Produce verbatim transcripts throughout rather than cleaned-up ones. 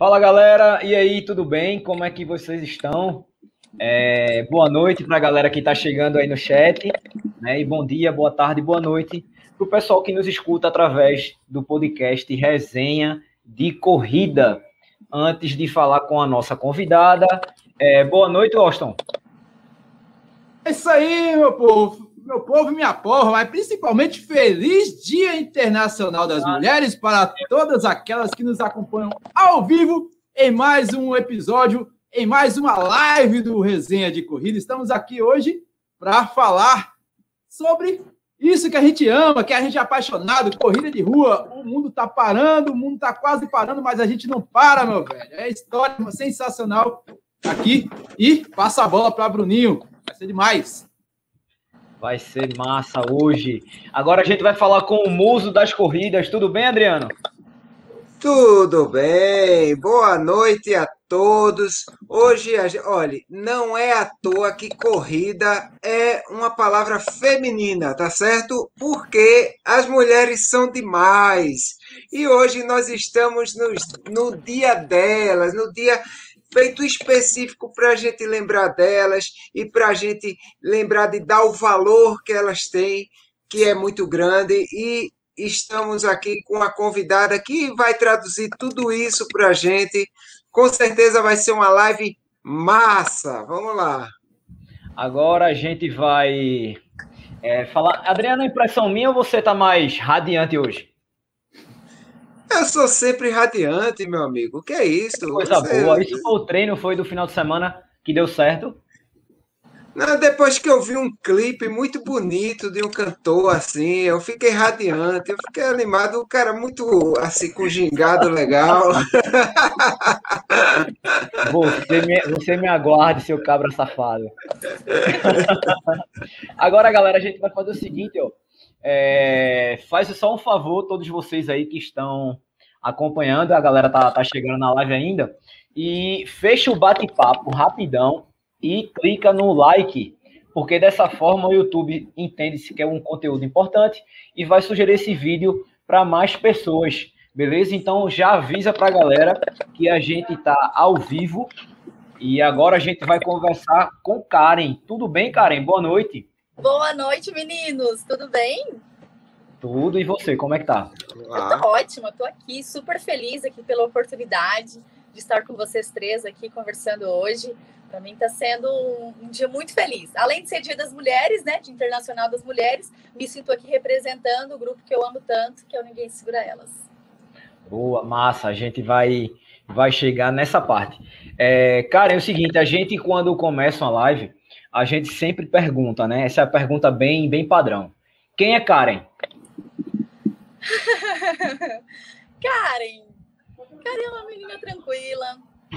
Fala galera, e aí, tudo bem? Como é que vocês estão? É, boa noite para a galera que está chegando aí no chat, né? E bom dia, boa tarde, boa noite para o pessoal que nos escuta através do podcast Resenha de Corrida. Antes de falar com a nossa convidada, é, boa noite, Austin. É isso aí, meu povo. Meu povo e minha porra, mas principalmente feliz Dia Internacional das Mulheres para todas aquelas que nos acompanham ao vivo em mais um episódio, em mais uma live do Resenha de Corrida. Estamos aqui hoje para falar sobre isso que a gente ama, que a gente é apaixonado, corrida de rua. O mundo está parando, o mundo está quase parando, mas a gente não para, meu velho. É história sensacional aqui. E passa a bola para Bruninho. Vai ser demais. Vai ser massa hoje. Agora a gente vai falar com o muso das corridas. Tudo bem, Adriano? Tudo bem. Boa noite a todos. Hoje, olha, não é à toa que corrida é uma palavra feminina, tá certo? Porque as mulheres são demais. E hoje nós estamos no, no dia delas, no dia feito específico para a gente lembrar delas e para a gente lembrar de dar o valor que elas têm, que é muito grande. E estamos aqui com a convidada que vai traduzir tudo isso para a gente. Com certeza vai ser uma live massa. Vamos lá. Agora a gente vai é, falar. Adriano, impressão minha ou você está mais radiante hoje? Eu sou sempre radiante, meu amigo. O que é isso? Coisa Você... boa. Isso foi o treino, foi do final de semana que deu certo? Não, depois que eu vi um clipe muito bonito de um cantor assim, eu fiquei radiante, eu fiquei animado, um cara muito assim, com gingado legal. Você me, você me aguarde, seu cabra safado. Agora, galera, a gente vai fazer o seguinte, ó. É, faz só um favor, todos vocês aí que estão acompanhando, a galera tá, tá chegando na live ainda, e fecha o bate-papo rapidão e clica no like, porque dessa forma o YouTube entende se que é um conteúdo importante e vai sugerir esse vídeo para mais pessoas, beleza? Então já avisa para a galera que a gente tá ao vivo e agora a gente vai conversar com Karen. Tudo bem, Karen? Boa noite. Boa noite, meninos. Tudo bem? Tudo. E você, como é que tá? Eu tô ótima, eu tô aqui, super feliz aqui pela oportunidade de estar com vocês três aqui conversando hoje. Para mim tá sendo um, um dia muito feliz. Além de ser Dia das Mulheres, né, Dia Internacional das Mulheres, me sinto aqui representando o grupo que eu amo tanto, que é o Ninguém Segura Elas. Boa, massa. A gente vai, vai chegar nessa parte. É, cara, é o seguinte, a gente quando começa uma live, a gente sempre pergunta, né? Essa é a pergunta bem, bem padrão. Quem é Karen? Karen. Karen é uma menina tranquila.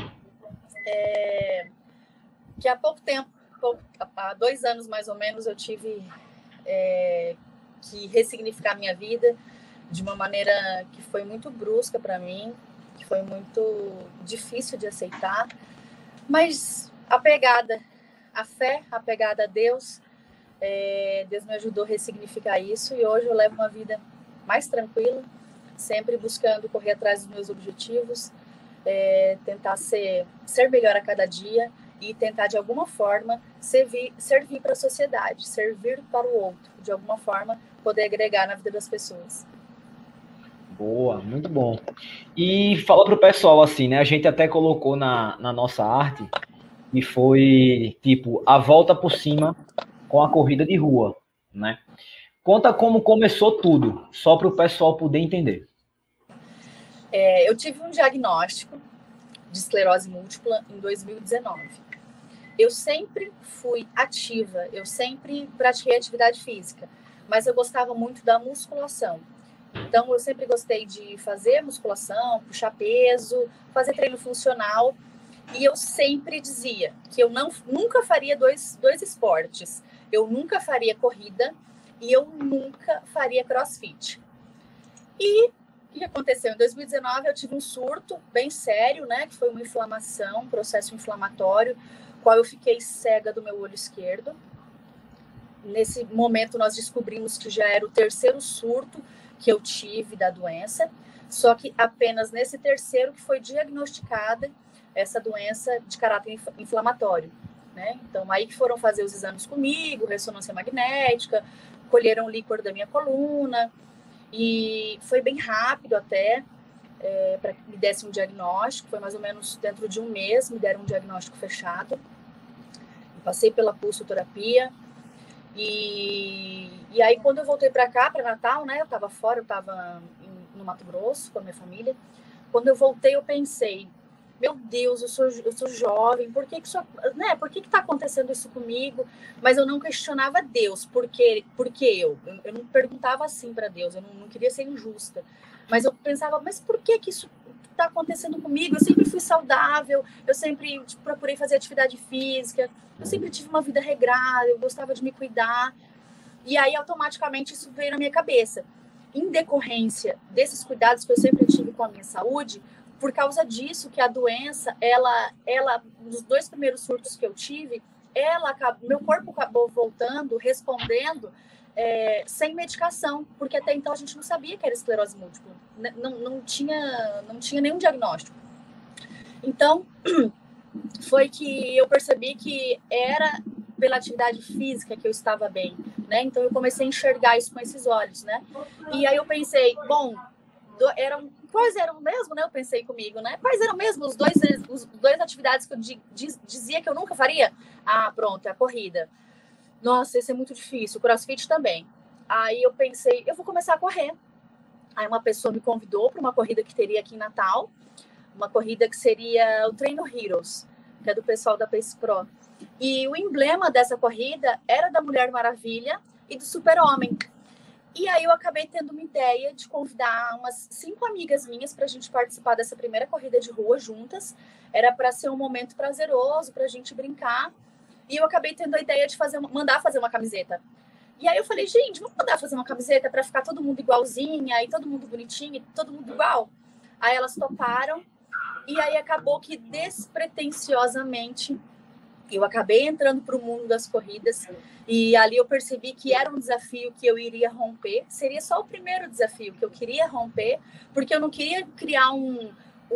É, que há pouco tempo, pouco, há dois anos mais ou menos, eu tive é, que ressignificar a minha vida de uma maneira que foi muito brusca para mim, que foi muito difícil de aceitar, mas apegada à fé, apegada a Deus, é, Deus me ajudou a ressignificar isso e hoje eu levo uma vida mais tranquila, sempre buscando correr atrás dos meus objetivos, é, tentar ser, ser melhor a cada dia e tentar de alguma forma servir, servir para a sociedade, servir para o outro, de alguma forma poder agregar na vida das pessoas. Boa, muito bom. E fala pro pessoal assim, né? A gente até colocou na, na nossa arte e foi tipo a volta por cima com a corrida de rua, né? Conta como começou tudo, só para o pessoal poder entender. É, eu tive um diagnóstico de esclerose múltipla em dois mil e dezenove. Eu sempre fui ativa, eu sempre pratiquei atividade física, mas eu gostava muito da musculação. Então, eu sempre gostei de fazer musculação, puxar peso, fazer treino funcional. E eu sempre dizia que eu não, nunca faria dois, dois esportes. Eu nunca faria corrida e eu nunca faria crossfit. E o que aconteceu? Em dois mil e dezenove, eu tive um surto bem sério, né? Que foi uma inflamação, um processo inflamatório, qual eu fiquei cega do meu olho esquerdo. Nesse momento, nós descobrimos que já era o terceiro surto que eu tive da doença, Só que apenas nesse terceiro que foi diagnosticada essa doença de caráter inflamatório, né? Então, aí que foram fazer os exames comigo, ressonância magnética, colheram líquor da minha coluna, e foi bem rápido até, é, para que me desse um diagnóstico, foi mais ou menos dentro de um mês, me deram um diagnóstico fechado. Passei pela pulsoterapia, e, e aí quando eu voltei para cá, para Natal, né, eu estava fora, eu estava no Mato Grosso com a minha família. Quando eu voltei, eu pensei, meu Deus, eu sou, eu sou jovem, por que que isso, né, por que que tá acontecendo isso comigo? Mas eu não questionava Deus, porque, porque eu, eu, eu não perguntava assim para Deus, eu não, não queria ser injusta, mas eu pensava, mas por que que isso está acontecendo comigo? Eu sempre fui saudável, eu sempre tipo, procurei fazer atividade física, eu sempre tive uma vida regrada, eu gostava de me cuidar, e aí automaticamente isso veio na minha cabeça. Em decorrência desses cuidados que eu sempre tive com a minha saúde, por causa disso que a doença, ela, ela nos dois primeiros surtos que eu tive, ela, meu corpo acabou voltando, respondendo, é, sem medicação, porque até então a gente não sabia que era esclerose múltipla, não, não, tinha, não tinha nenhum diagnóstico. Então, foi que eu percebi que era pela atividade física que eu estava bem, né? Então eu comecei a enxergar isso com esses olhos, né? E aí eu pensei, bom, do, eram quais eram mesmo, né? Eu pensei comigo, né? Quais eram mesmo os dois os dois atividades que eu diz, dizia que eu nunca faria? Ah, pronto, é a corrida. Nossa, esse é muito difícil. O CrossFit também. Aí eu pensei, eu vou começar a correr. Aí uma pessoa me convidou para uma corrida que teria aqui em Natal, uma corrida que seria o Treino Heroes, que é do pessoal da Pace Pro. E o emblema dessa corrida era da Mulher Maravilha e do Super-Homem. E aí eu acabei tendo uma ideia de convidar umas cinco amigas minhas para a gente participar dessa primeira corrida de rua juntas. Era para ser um momento prazeroso, para a gente brincar. E eu acabei tendo a ideia de fazer, mandar fazer uma camiseta. E aí eu falei, gente, vamos mandar fazer uma camiseta para ficar todo mundo igualzinha, e todo mundo bonitinho, e todo mundo igual. Aí elas toparam, e aí acabou que despretensiosamente eu acabei entrando para o mundo das corridas, e ali eu percebi que era um desafio que eu iria romper. Seria só o primeiro desafio que eu queria romper, porque eu não queria criar um,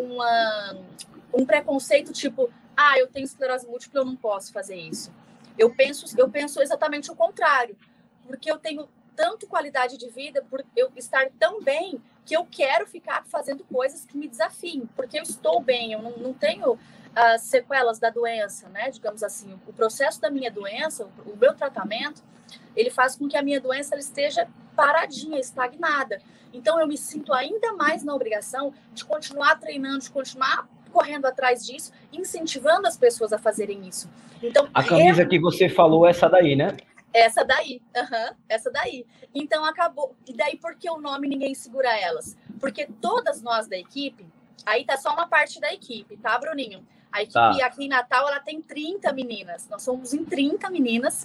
uma, um preconceito tipo, ah, eu tenho esclerose múltipla, eu não posso fazer isso. Eu penso, eu penso exatamente o contrário, porque eu tenho tanto qualidade de vida, por eu estar tão bem, que eu quero ficar fazendo coisas que me desafiem, porque eu estou bem, eu não, não tenho as sequelas da doença, né? Digamos assim, o processo da minha doença, o meu tratamento, ele faz com que a minha doença ela esteja paradinha, estagnada. Então eu me sinto ainda mais na obrigação de continuar treinando, de continuar correndo atrás disso, incentivando as pessoas a fazerem isso. Então a camisa eu... que você falou é essa daí, né? Essa daí, uhum, essa daí. Então acabou. E daí por que o nome Ninguém Segura Elas? Porque todas nós da equipe, aí tá só uma parte da equipe, tá, Bruninho? A equipe tá. Aqui em Natal, ela tem trinta meninas. Nós somos em trinta meninas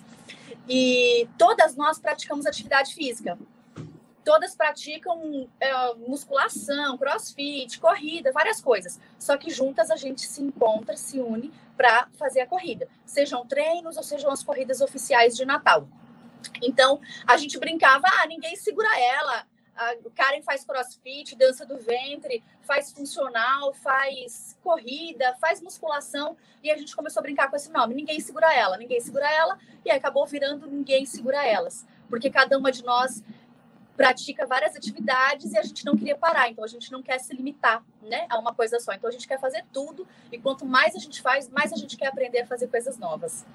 e todas nós praticamos atividade física. Todas praticam é, musculação, crossfit, corrida, várias coisas. Só que juntas a gente se encontra, se une para fazer a corrida. Sejam treinos ou sejam as corridas oficiais de Natal. Então, a gente brincava, ah, ninguém segura ela. A Karen faz crossfit, dança do ventre, faz funcional, faz corrida, faz musculação. E a gente começou a brincar com esse nome. Ninguém segura ela, ninguém segura ela. E aí acabou virando Ninguém Segura Elas. Porque cada uma de nós pratica várias atividades e a gente não queria parar. Então, a gente não quer se limitar, né, a uma coisa só. Então, a gente quer fazer tudo. E quanto mais a gente faz, mais a gente quer aprender a fazer coisas novas.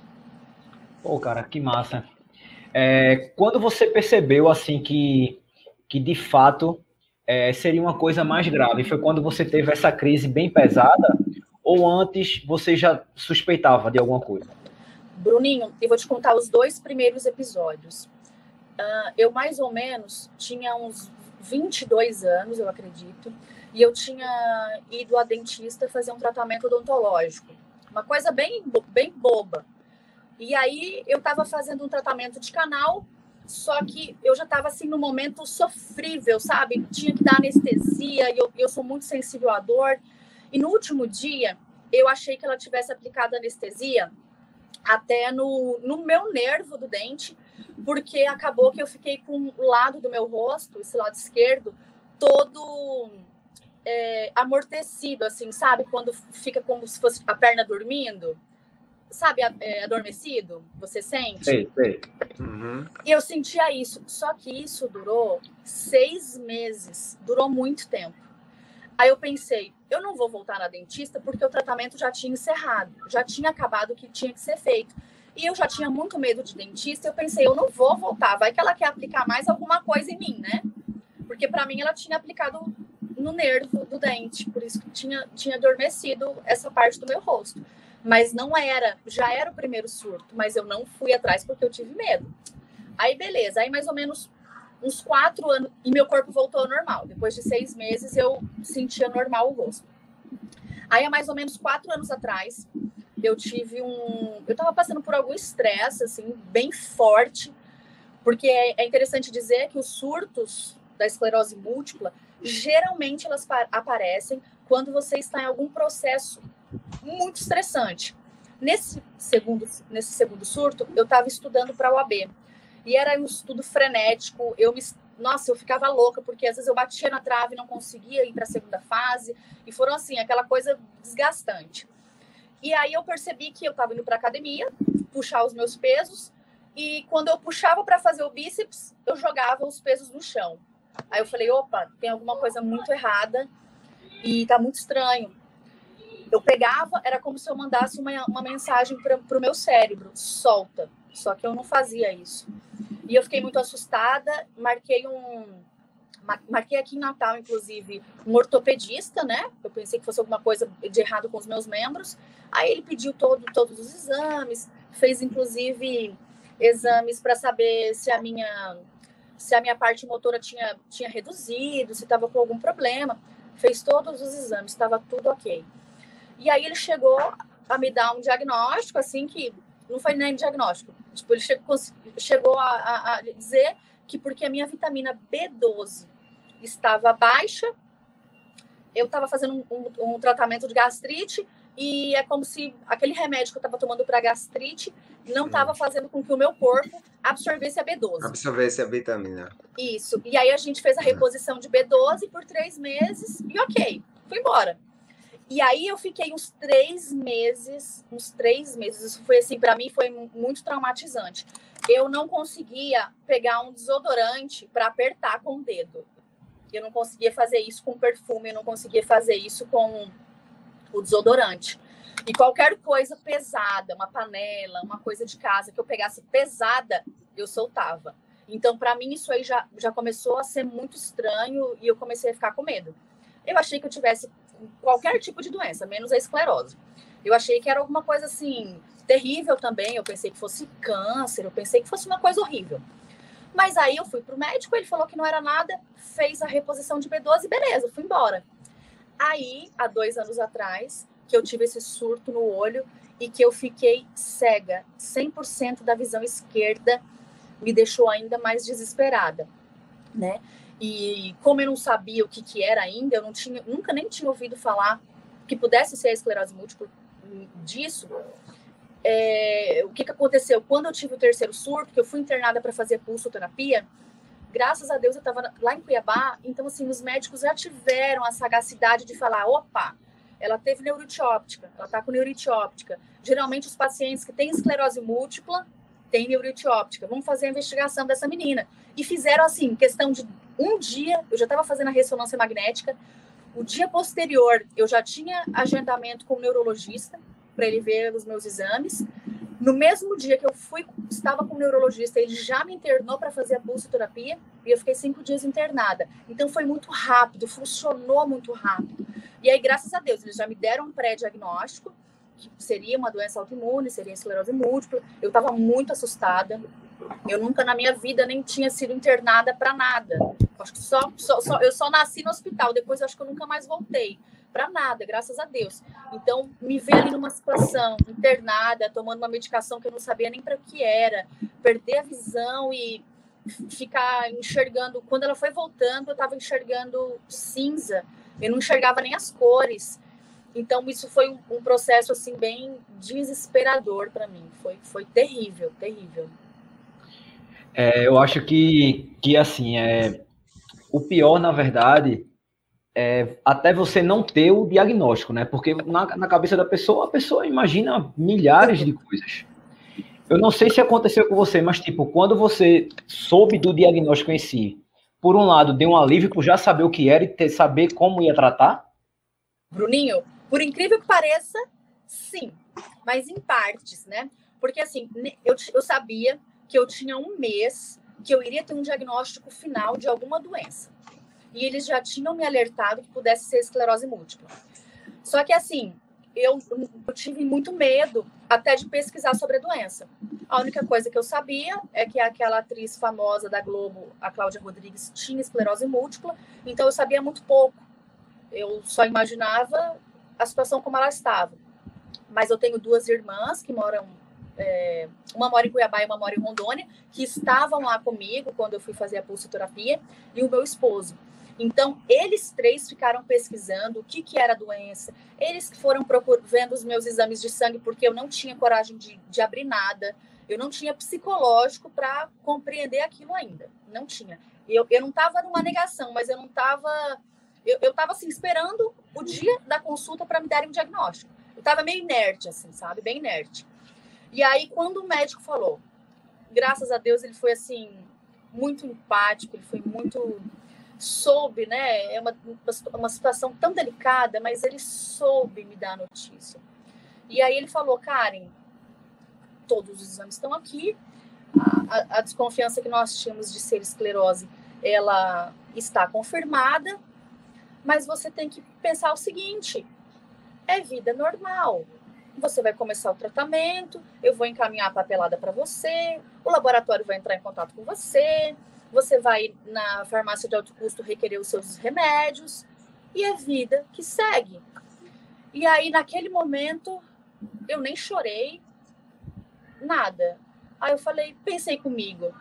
Pô, cara, que massa. É, quando você percebeu, assim, que, que de fato é, seria uma coisa mais grave? Foi quando você teve essa crise bem pesada? Ou antes você já suspeitava de alguma coisa? Bruninho, eu vou te contar os dois primeiros episódios. Uh, eu mais ou menos tinha uns vinte e dois anos, eu acredito, e eu tinha ido à dentista fazer um tratamento odontológico, uma coisa bem, bem boba. E aí eu estava fazendo um tratamento de canal, só que eu já estava assim no momento sofrível, sabe? Tinha que dar anestesia, e eu, eu sou muito sensível à dor. E no último dia, eu achei que ela tivesse aplicado anestesia até no, no meu nervo do dente, porque acabou que eu fiquei com o lado do meu rosto, esse lado esquerdo, todo é, amortecido, assim, sabe? Quando fica como se fosse a perna dormindo, sabe? É, adormecido, você sente? Sei, sei. Uhum. E eu sentia isso, só que isso durou seis meses, durou muito tempo. Aí eu pensei, eu não vou voltar na dentista porque o tratamento já tinha encerrado, já tinha acabado o que tinha que ser feito. E eu já tinha muito medo de dentista, eu pensei, eu não vou voltar, vai que ela quer aplicar mais alguma coisa em mim, né? Porque para mim ela tinha aplicado no nervo do dente, por isso que tinha, tinha adormecido essa parte do meu rosto. Mas não era, já era o primeiro surto, mas eu não fui atrás porque eu tive medo. Aí beleza, aí mais ou menos uns quatro anos, e meu corpo voltou ao normal. Depois de seis meses eu sentia normal o rosto. Aí há mais ou menos quatro anos atrás, eu tive um... Eu tava passando por algum estresse, assim, bem forte, porque é interessante dizer que os surtos da esclerose múltipla, geralmente elas aparecem quando você está em algum processo muito estressante. Nesse segundo, nesse segundo surto, eu estava estudando para a U A B. E era um estudo frenético. Eu me, nossa, eu ficava louca, porque às vezes eu batia na trave e não conseguia ir para a segunda fase. E foram assim, aquela coisa desgastante. E aí eu percebi que eu estava indo para a academia, puxar os meus pesos. E quando eu puxava para fazer o bíceps, eu jogava os pesos no chão. Aí eu falei, opa, tem alguma coisa muito errada e tá muito estranho. Eu pegava, era como se eu mandasse uma, uma mensagem para o meu cérebro, solta. Só que eu não fazia isso. E eu fiquei muito assustada, marquei um... Marquei aqui em Natal, inclusive, um ortopedista, né? Eu pensei que fosse alguma coisa de errado com os meus membros. Aí ele pediu todo, todos os exames, fez, inclusive, exames para saber se a minha, se a minha parte motora tinha, tinha reduzido, se estava com algum problema. Fez todos os exames, estava tudo ok. E aí ele chegou a me dar um diagnóstico, assim, que não foi nem diagnóstico. Tipo, ele chegou, chegou a, a, a dizer que porque a minha vitamina B doze estava baixa, eu estava fazendo um, um, um tratamento de gastrite e é como se aquele remédio que eu estava tomando para gastrite não estava fazendo com que o meu corpo absorvesse a B doze. Absorvesse a vitamina. Isso. E aí a gente fez a reposição de B doze por três meses e ok, fui embora. E aí eu fiquei uns três meses, uns três meses, isso foi assim, para mim foi muito traumatizante. Eu não conseguia pegar um desodorante para apertar com o dedo. Eu não conseguia fazer isso com perfume, eu não conseguia fazer isso com o desodorante. E qualquer coisa pesada, uma panela, uma coisa de casa que eu pegasse pesada, eu soltava. Então, para mim, isso aí já, já começou a ser muito estranho e eu comecei a ficar com medo. Eu achei que eu tivesse qualquer tipo de doença, menos a esclerose. Eu achei que era alguma coisa assim, terrível também. Eu pensei que fosse câncer, eu pensei que fosse uma coisa horrível. Mas aí eu fui pro médico, ele falou que não era nada, fez a reposição de B doze, beleza, fui embora. Aí, há dois anos atrás, que eu tive esse surto no olho e que eu fiquei cega, cem por cento da visão esquerda, me deixou ainda mais desesperada, né? E como eu não sabia o que, que era ainda, eu não tinha, nunca nem tinha ouvido falar que pudesse ser a esclerose múltipla disso. É, o que, que aconteceu? Quando eu tive o terceiro surto, que eu fui internada para fazer pulsoterapia, graças a Deus eu estava lá em Cuiabá, então assim, os médicos já tiveram a sagacidade de falar, opa, ela teve neurite óptica, ela está com neurite óptica. Geralmente os pacientes que têm esclerose múltipla têm neurite óptica, vamos fazer a investigação dessa menina. E fizeram assim, questão de um dia, eu já estava fazendo a ressonância magnética, o dia posterior eu já tinha agendamento com o neurologista para ele ver os meus exames. No mesmo dia que eu fui, estava com o neurologista, ele já me internou para fazer a pulsoterapia e eu fiquei cinco dias internada. Então foi muito rápido, funcionou muito rápido. E aí, graças a Deus, eles já me deram um pré-diagnóstico, que seria uma doença autoimune, seria esclerose múltipla. Eu estava muito assustada. Eu nunca na minha vida nem tinha sido internada para nada. Acho que só, só, só, eu só nasci no hospital, depois eu acho que eu nunca mais voltei. Para nada, graças a Deus. Então, me ver ali numa situação internada, tomando uma medicação que eu não sabia nem para o que era, perder a visão e ficar enxergando. Quando ela foi voltando, eu estava enxergando cinza, eu não enxergava nem as cores. Então, isso foi um, um processo assim bem desesperador para mim. Foi, foi terrível, terrível. É, eu acho que, que assim, é, o pior, na verdade, é até você não ter o diagnóstico, né? Porque na, na cabeça da pessoa, a pessoa imagina milhares de coisas. Eu não sei se aconteceu com você, mas, tipo, quando você soube do diagnóstico em si, por um lado, deu um alívio por já saber o que era e ter, saber como ia tratar? Bruninho, por incrível que pareça, sim, mas em partes, né? Porque, assim, eu, eu sabia que eu tinha um mês que eu iria ter um diagnóstico final de alguma doença. E eles já tinham me alertado que pudesse ser esclerose múltipla. Só que, assim, eu, eu tive muito medo até de pesquisar sobre a doença. A única coisa que eu sabia é que aquela atriz famosa da Globo, a Cláudia Rodrigues, tinha esclerose múltipla, então eu sabia muito pouco. Eu só imaginava a situação como ela estava. Mas eu tenho duas irmãs que moram, é, uma mora em Cuiabá e uma mora em Rondônia, que estavam lá comigo quando eu fui fazer a pulsoterapia, e o meu esposo. Então, eles três ficaram pesquisando o que, que era a doença. Eles foram procur- vendo os meus exames de sangue, porque eu não tinha coragem de, de abrir nada. Eu não tinha psicológico para compreender aquilo ainda. Não tinha. Eu, eu não estava numa negação, mas eu não estava... Eu estava, assim, esperando o dia da consulta para me darem um diagnóstico. Eu estava meio inerte, assim, sabe? Bem inerte. E aí, quando o médico falou, graças a Deus, ele foi, assim, muito empático, ele foi muito... soube, né? É uma, uma situação tão delicada, mas ele soube me dar a notícia. E aí ele falou, Karen, todos os exames estão aqui, a, a, a desconfiança que nós tínhamos de ser esclerose, ela está confirmada, mas você tem que pensar o seguinte, é vida normal. Você vai começar o tratamento, eu vou encaminhar a papelada para você, o laboratório vai entrar em contato com você, você vai na farmácia de alto custo requerer os seus remédios, e é vida que segue. E aí, naquele momento, eu nem chorei, nada. Aí eu falei, pensei comigo,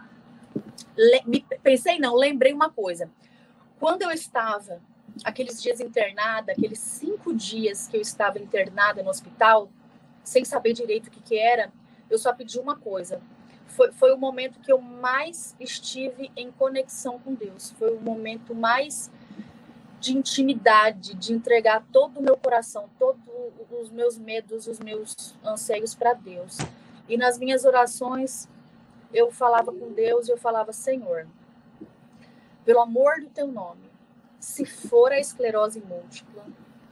le- me, pensei não, lembrei uma coisa. Quando eu estava, aqueles dias internada, aqueles cinco dias que eu estava internada no hospital, sem saber direito o que, que era, eu só pedi uma coisa. Foi, foi o momento que eu mais estive em conexão com Deus. Foi o momento mais de intimidade, de entregar todo o meu coração, todos os meus medos, os meus anseios para Deus. E nas minhas orações, eu falava com Deus e eu falava, Senhor, pelo amor do teu nome, se for a esclerose múltipla,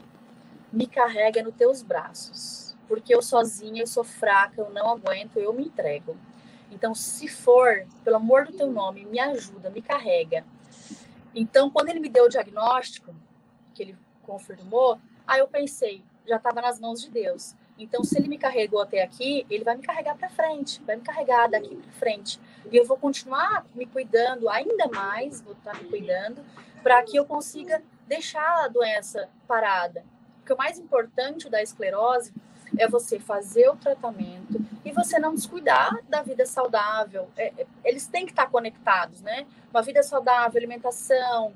me carrega nos teus braços, porque eu sozinha, eu sou fraca, eu não aguento, eu me entrego. Então, se for, pelo amor do teu nome, me ajuda, me carrega. Então, quando ele me deu o diagnóstico, que ele confirmou, aí eu pensei, já estava nas mãos de Deus. Então, se ele me carregou até aqui, ele vai me carregar para frente, vai me carregar daqui para frente. E eu vou continuar me cuidando ainda mais, vou estar me cuidando, para que eu consiga deixar a doença parada. Porque o mais importante da esclerose é você fazer o tratamento e você não descuidar da vida saudável. É, eles têm que estar conectados, né? Uma vida saudável, alimentação,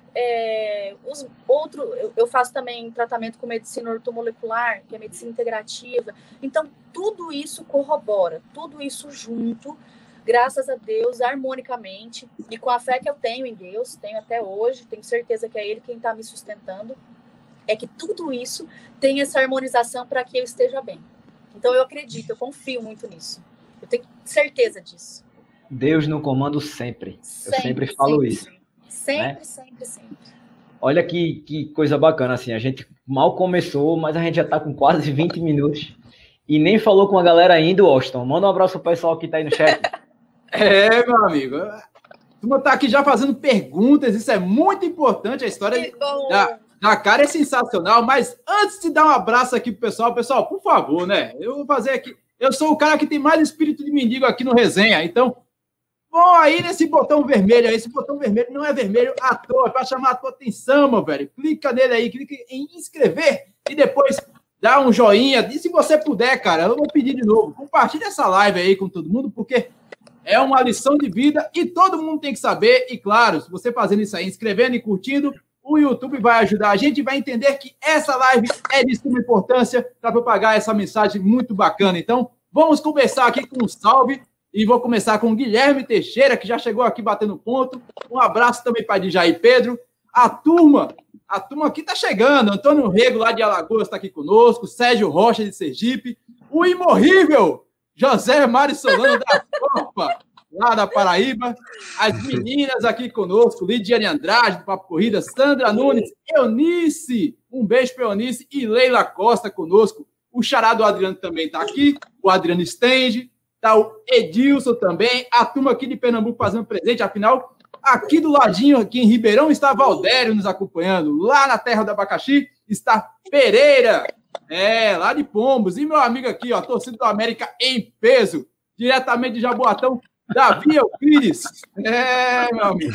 é, os, outro, eu, eu faço também tratamento com medicina ortomolecular, que é medicina integrativa. Então, tudo isso corrobora, tudo isso junto, graças a Deus, harmonicamente, e com a fé que eu tenho em Deus, tenho até hoje, tenho certeza que é Ele quem está me sustentando, é que tudo isso tem essa harmonização para que eu esteja bem. Então, eu acredito, eu confio muito nisso. Eu tenho certeza disso. Deus no comando sempre. sempre eu sempre falo sempre, isso. Sempre, né? sempre, sempre. Olha que, que coisa bacana, assim, a gente mal começou, mas a gente já está com quase vinte minutos e nem falou com a galera ainda, Austin. Manda um abraço pro pessoal que está aí no chat. É, meu amigo. A turma está aqui já fazendo perguntas, isso é muito importante, a história da, da cara é sensacional, mas antes de dar um abraço aqui pro pessoal, pessoal, por favor, né? Eu vou fazer aqui, eu sou o cara que tem mais espírito de mendigo aqui no Resenha, então vão aí nesse botão vermelho aí, esse botão vermelho não é vermelho à toa, é para chamar a tua atenção, meu velho. Clica nele aí, clica em inscrever e depois dá um joinha. E se você puder, cara, eu vou pedir de novo, compartilha essa live aí com todo mundo, porque é uma lição de vida e todo mundo tem que saber. E claro, se você fazendo isso aí, inscrevendo e curtindo, o YouTube vai ajudar a gente, vai entender que essa live é de suma importância para propagar essa mensagem muito bacana. Então, vamos começar aqui com um salve. E vou começar com o Guilherme Teixeira, que já chegou aqui batendo ponto. Um abraço também para Djaí Pedro. A turma, a turma aqui está chegando. Antônio Rego, lá de Alagoas, está aqui conosco. Sérgio Rocha, de Sergipe. O imorrível José Mário Solano da Copa, lá da Paraíba. As meninas aqui conosco. Lidiane Andrade, do Papo Corrida. Sandra Nunes. Eunice. Um beijo para Eunice. E Leila Costa conosco. O xará do Adriano também está aqui. O Adriano Stenge. Tá o Edilson também, a turma aqui de Pernambuco fazendo presente, afinal, aqui do ladinho, aqui em Ribeirão, está Valdério nos acompanhando, lá na terra do abacaxi está Pereira, é, lá de Pombos, e meu amigo aqui, ó, torcida do América em peso, diretamente de Jaboatão, Davi Euclides, é, meu amigo,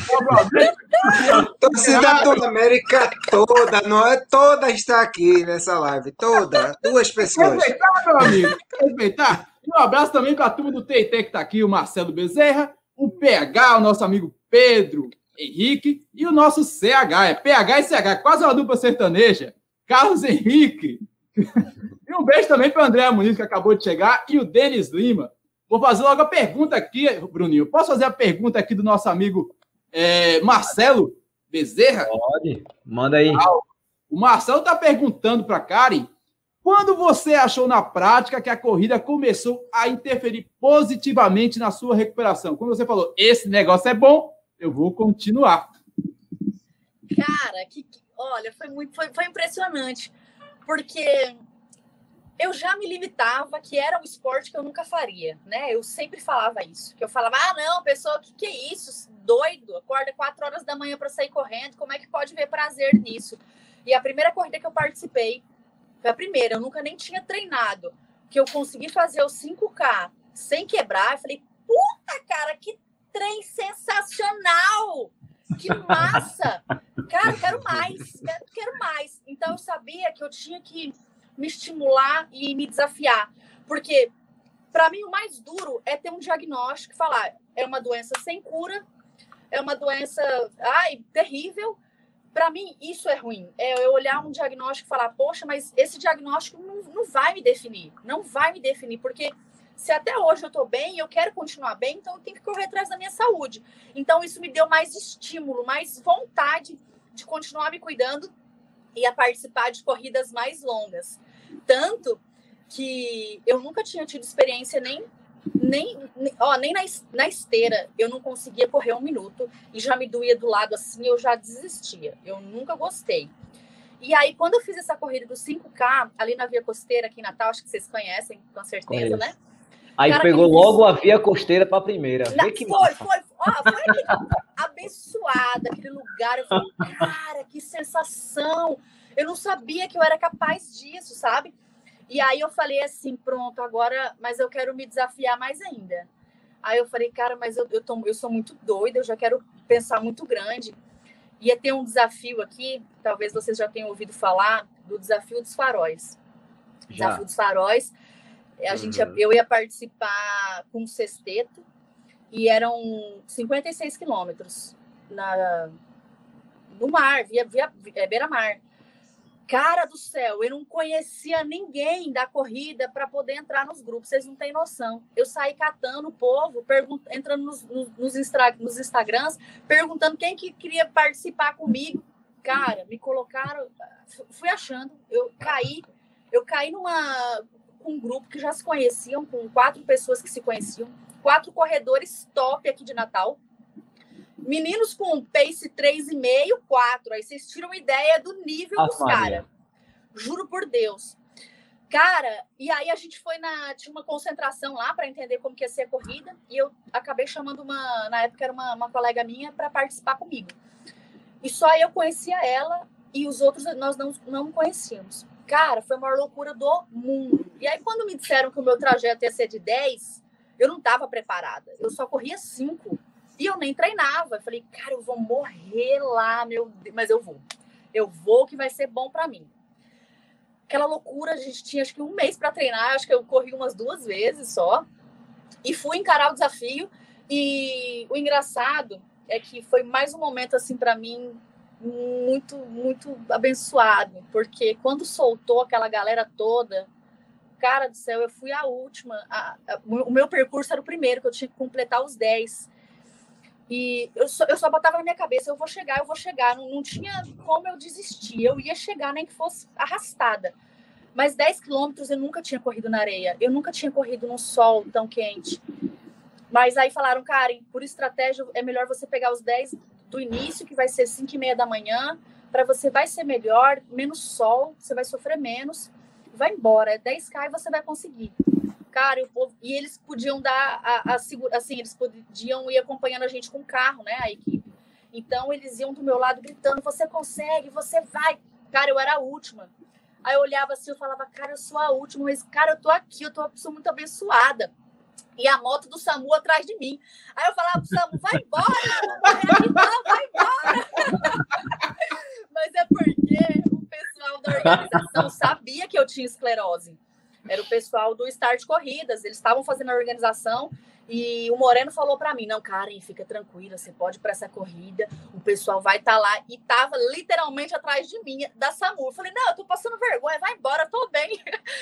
torcida do América toda, não é? Toda está aqui nessa live, toda, duas pessoas. Respeitar, meu amigo, respeitar. Um abraço também para a turma do T T que está aqui, o Marcelo Bezerra, o P H, o nosso amigo Pedro Henrique, e o nosso C H, é P H e C H, quase uma dupla sertaneja, Carlos Henrique. E um beijo também para o André Muniz, que acabou de chegar, e o Denis Lima. Vou fazer logo a pergunta aqui, Bruninho. Posso fazer a pergunta aqui do nosso amigo é, Marcelo Bezerra? Pode, manda aí. O Marcelo está perguntando para a Karen, quando você achou na prática que a corrida começou a interferir positivamente na sua recuperação? Quando você falou, esse negócio é bom, eu vou continuar. Cara, que, que, olha, foi, muito, foi, foi impressionante, porque eu já me limitava que era um esporte que eu nunca faria, né? Eu sempre falava isso, que eu falava, ah, não, pessoa, que que é isso? Doido, acorda quatro horas da manhã para sair correndo, como é que pode ver prazer nisso? E a primeira corrida que eu participei, foi a primeira, eu nunca nem tinha treinado, que eu consegui fazer o cinco K sem quebrar. Eu falei, puta, cara, que trem sensacional! Que massa! Cara, quero mais, quero, quero mais. Então, eu sabia que eu tinha que me estimular e me desafiar. Porque, para mim, o mais duro é ter um diagnóstico e falar, é uma doença sem cura, é uma doença, ai, terrível. Para mim, isso é ruim. É eu olhar um diagnóstico e falar, poxa, mas esse diagnóstico não, não vai me definir. Não vai me definir, porque se até hoje eu estou bem, eu quero continuar bem, então eu tenho que correr atrás da minha saúde. Então, isso me deu mais estímulo, mais vontade de continuar me cuidando e a participar de corridas mais longas. Tanto que eu nunca tinha tido experiência nem... Nem, ó, nem na, na esteira eu não conseguia correr um minuto e já me doía do lado assim, eu já desistia. Eu nunca gostei. E aí, quando eu fiz essa corrida do cinco K, ali na Via Costeira, aqui em Natal, acho que vocês conhecem, com certeza, Conheço. Né? Aí cara, pegou logo a Via Costeira para a primeira. Na, que foi, foi, ó, foi aquele, abençoada, aquele lugar. Eu falei, cara, que sensação. Eu não sabia que eu era capaz disso, sabe? E aí eu falei assim, pronto, agora, mas eu quero me desafiar mais ainda. Aí eu falei, cara, mas eu, eu, tô, eu sou muito doida, eu já quero pensar muito grande. Ia ter um desafio aqui, talvez vocês já tenham ouvido falar, do Desafio dos Faróis. Já. Desafio dos Faróis. A uhum. gente, eu ia participar com um sexteto e eram cinquenta e seis quilômetros na, no mar, via, via, via beira-mar. Cara do céu, eu não conhecia ninguém da corrida para poder entrar nos grupos, vocês não têm noção. Eu saí catando o povo, entrando nos, nos, nos Instagrams, perguntando quem que queria participar comigo. Cara, me colocaram, fui achando, eu caí, eu caí numa, com um grupo que já se conheciam, com quatro pessoas que se conheciam, quatro corredores top aqui de Natal. Meninos com pace três vírgula cinco, quatro. Aí vocês tiram ideia do nível ah, dos caras. Juro por Deus. Cara, e aí a gente foi na... Tinha uma concentração lá para entender como que ia ser a corrida. E eu acabei chamando uma... Na época era uma, uma colega minha para participar comigo. E só eu conhecia ela e os outros nós não, não conhecíamos. Cara, foi a maior loucura do mundo. E aí quando me disseram que o meu trajeto ia ser de dez, eu não estava preparada. Eu só corria cinco. E eu nem treinava. Eu falei, cara, eu vou morrer lá, meu Deus. Mas eu vou. Eu vou, que vai ser bom para mim. Aquela loucura, a gente tinha acho que um mês para treinar. Acho que eu corri umas duas vezes só. E fui encarar o desafio. E o engraçado é que foi mais um momento, assim, para mim, muito, muito abençoado. Porque quando soltou aquela galera toda, Cara do céu, eu fui a última. A, a, o meu percurso era o primeiro, que eu tinha que completar os dez. E eu só, eu só botava na minha cabeça, eu vou chegar, eu vou chegar. Não, não tinha como eu desistir. Eu ia chegar, nem que fosse arrastada. Mas dez quilômetros eu nunca tinha corrido na areia. Eu nunca tinha corrido num sol tão quente. Mas aí falaram, Karen, por estratégia, é melhor você pegar os dez do início, que vai ser cinco e meia da manhã, para você vai ser melhor, menos sol, você vai sofrer menos. Vai embora, é dez K e você vai conseguir. Cara, e, o povo, e eles podiam dar a, a, a assim, eles podiam ir acompanhando a gente com o carro, né, a equipe. Então, eles iam do meu lado gritando, você consegue, você vai. Cara, eu era a última. Aí eu olhava assim, eu falava, cara, eu sou a última, mas, cara, eu tô aqui, eu tô, sou muito abençoada. E a moto do SAMU atrás de mim. Aí eu falava pro SAMU, vai embora, não, vai embora. Mas é porque o pessoal da organização sabia que eu tinha esclerose. Era o pessoal do Start Corridas, eles estavam fazendo a organização e o Moreno falou para mim, não, Karen, fica tranquila, você pode ir para essa corrida, o pessoal vai estar tá lá, e tava literalmente atrás de mim, da SAMU. Eu falei, não, eu tô passando vergonha, vai embora, eu tô bem.